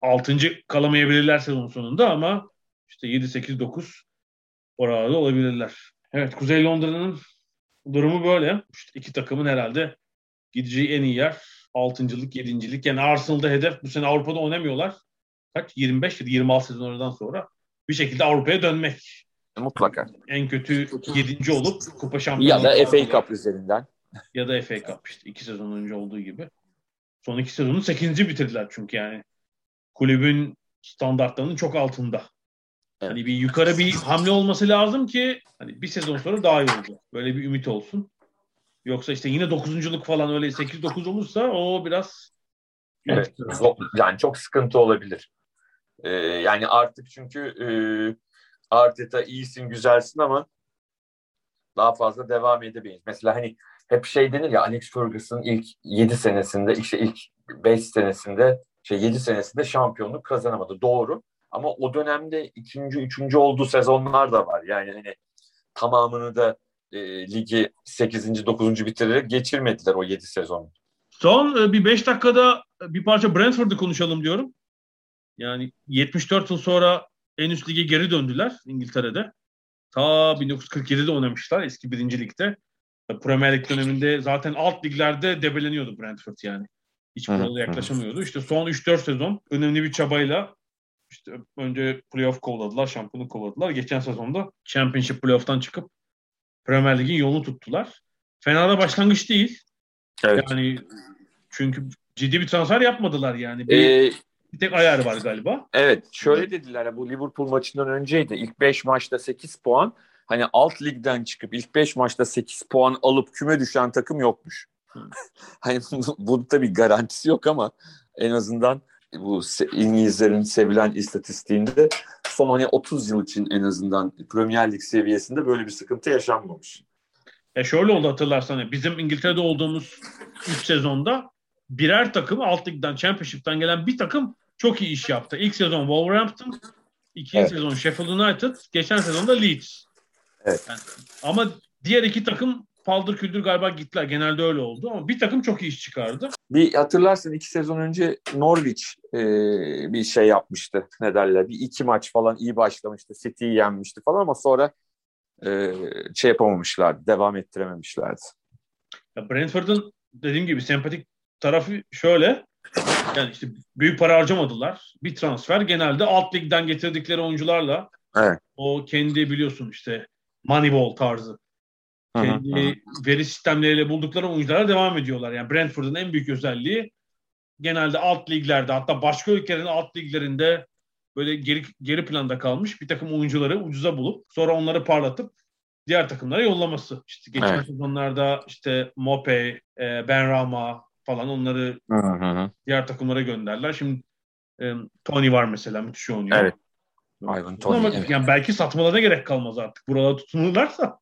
6. kalamayabilirler sezon sonunda ama işte 7-8-9 oralarda olabilirler. Evet Kuzey Londra'nın durumu böyle. İşte iki takımın herhalde gideceği en iyi yer 6.lık, 7.lik. Yani Arsenal'da hedef bu sene Avrupa'da oynamıyorlar. Kaç? 25 ya da 26 sezon oradan sonra bir şekilde Avrupa'ya dönmek.
Mutlaka.
En kötü 7. olup kupa şampiyonu.
Ya da FA Cup üzerinden.
Ya da FA Cup işte 2 sezon önce olduğu gibi. Son 2 sezonu 8. bitirdiler çünkü yani. Kulübün standartlarının çok altında. Evet. Hani bir yukarı bir hamle olması lazım ki hani bir sezon sonra daha iyi olacak. Böyle bir ümit olsun. Yoksa işte yine 9.luk falan öyle 8-9 olursa o biraz
evet, yani çok sıkıntı olabilir. Yani artık çünkü Arteta iyisin güzelsin ama daha fazla devam edemeyiz. Mesela hani hep denir ya Alex Ferguson ilk 7 senesinde işte ilk 5 senesinde 7 senesinde şampiyonluk kazanamadı. Doğru. Ama o dönemde 2. 3. olduğu sezonlar da var. Yani hani tamamını da ligi 8. 9. bitirerek geçirmediler o 7 sezonu.
Son bir 5 dakikada bir parça Brentford'u konuşalım diyorum. Yani 74 yıl sonra en üst lige geri döndüler İngiltere'de. Ta 1947'de oynamışlar eski 1. ligde. Premier Lig döneminde zaten alt liglerde debeleniyordu Brentford yani. Hiç buralara yaklaşamıyordu. İşte son 3-4 sezon önemli bir çabayla işte önce playoff kovaladılar, şampiyonluk kovaladılar. Geçen sezonda Championship playoff'tan çıkıp Premier Lig'in yolunu tuttular. Fena da başlangıç değil.
Evet.
Yani çünkü ciddi bir transfer yapmadılar yani. Bir tek ayarı var galiba.
Evet, şöyle dediler bu Liverpool maçından önceydi. İlk 5 maçta 8 puan. Hani alt ligden çıkıp ilk 5 maçta 8 puan alıp küme düşen takım yokmuş. Hani bunun tabii garantisi yok ama en azından bu İngilizlerin sevilen istatistiğinde son hani 30 yıl için en azından Premier Lig seviyesinde böyle bir sıkıntı yaşanmamış.
Şöyle oldu hatırlarsan. Bizim İngiltere'de olduğumuz 3 sezonda birer takım alt ligden Championship'ten gelen bir takım çok iyi iş yaptı. İlk sezon Wolverhampton, ikinci sezon Sheffield United, geçen sezon da Leeds.
Evet.
Yani, ama diğer iki takım paldır küldür galiba gittiler. Genelde öyle oldu ama bir takım çok iyi iş çıkardı.
Bir hatırlarsın 2 sezon önce Norwich bir şey yapmıştı. Ne derler? Bir 2 maç falan iyi başlamıştı. City'yi yenmişti falan ama sonra şey yapamamışlardı. Devam ettirememişlerdi.
Ya Brentford'un dediğim gibi sempatik tarafı şöyle. Yani işte büyük para harcamadılar. Bir transfer genelde alt ligden getirdikleri oyuncularla o kendi biliyorsun işte Moneyball tarzı kendi veri sistemleriyle buldukları oyunculara devam ediyorlar. Yani Brentford'un en büyük özelliği genelde alt liglerde hatta başka ülkelerin alt liglerinde böyle geri planda kalmış bir takım oyuncuları ucuza bulup sonra onları parlatıp diğer takımlara yollaması. İşte geçen sezonlarda işte Mopey, Benrahma falan onları diğer takımlara gönderdiler. Şimdi Tony var mesela müthiş oynuyor.
Evet. Ivan Tony.
Ama yani belki satmalarına gerek kalmaz artık. Buralara tutunurlarsa.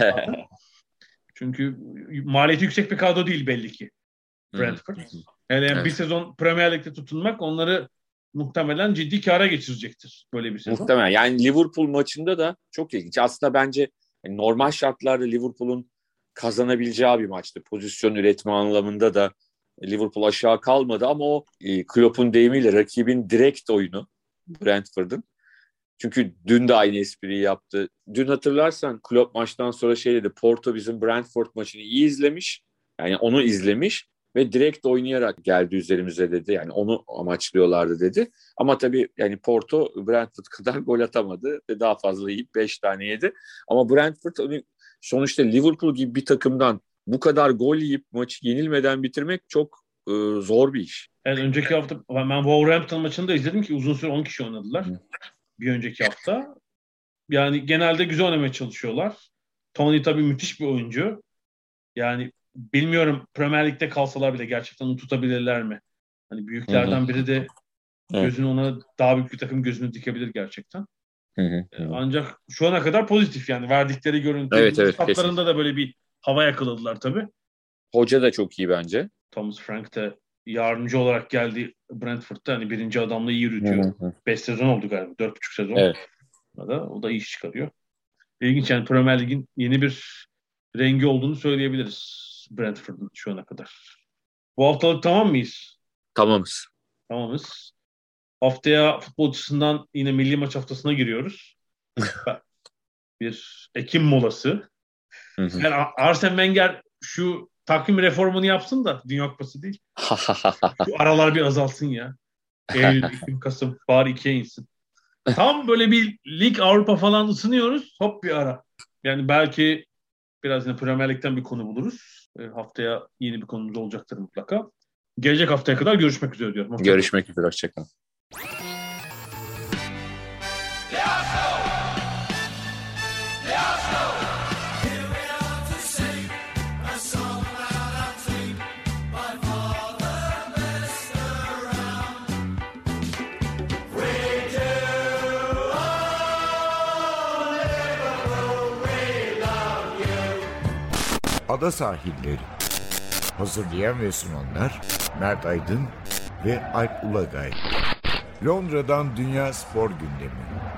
Çünkü maliyeti yüksek bir kadro değil belli ki Brentford. Yani bir sezon Premier Lig'de tutunmak onları muhtemelen ciddi kâra geçirecektir böyle bir sezon.
Muhtemelen. Yani Liverpool maçında da çok ilginç. Aslında bence normal şartlarda Liverpool'un kazanabileceği bir maçtı. Pozisyon üretme anlamında da Liverpool aşağı kalmadı ama o Klopp'un deyimiyle rakibin direkt oyunu Brentford'un. Çünkü dün de aynı espriyi yaptı. Dün hatırlarsan Klopp maçtan sonra şey dedi. Porto bizim Brentford maçını iyi izlemiş. Yani onu izlemiş ve direkt oynayarak geldi üzerimize dedi. Yani onu amaçlıyorlardı dedi. Ama tabii yani Porto Brentford kadar gol atamadı ve daha fazla yiyip 5 tane yedi. Ama Brentford sonuçta Liverpool gibi bir takımdan bu kadar gol yiyip maçı yenilmeden bitirmek çok zor bir iş.
Evet, önceki hafta ben Wolverhampton maçını da izledim ki uzun süre 10 kişi oynadılar. Bir önceki hafta. Yani genelde güzel oynamaya çalışıyorlar. Tony tabii müthiş bir oyuncu. Yani bilmiyorum Premier Lig'de kalsalar bile gerçekten onu tutabilirler mi? Hani büyüklerden biri de gözünü ona daha büyük bir takım gözünü dikebilir gerçekten. Ancak şu ana kadar pozitif yani verdikleri görüntü. Statlarında da böyle bir hava yakaladılar tabii.
Hoca da çok iyi bence.
Thomas Frank de yardımcı olarak geldi Brentford'da. Hani birinci adamla iyi yürütüyor. 5 sezon oldu galiba. 4,5 sezon. Evet. O da iyi iş çıkarıyor. İlginç yani Premier Lig'in yeni bir rengi olduğunu söyleyebiliriz Brentford'un şu ana kadar. Bu haftalık tamam mıyız? Tamamız. Haftaya futbol açısından yine milli maç haftasına giriyoruz. Bir Ekim molası. Yani Arsene Wenger şu takvim reformunu yapsın da Dünya Kupası değil. Şu aralar bir azalsın ya. Eylül, Ekim, Kasım, bari 2'ye insin. Tam böyle bir lig Avrupa falan ısınıyoruz. Hop bir ara. Yani belki biraz yine Premier Lig'den bir konu buluruz. Haftaya yeni bir konumuz olacaktır mutlaka. Gelecek haftaya kadar görüşmek üzere diyorum.
Görüşmek üzere. Hoşçakalın.
Ada Sahilleri. Hazırlayan ve sunanlar Mert Aydın ve Alp Ulagay. Londra'dan Dünya Spor Gündemi.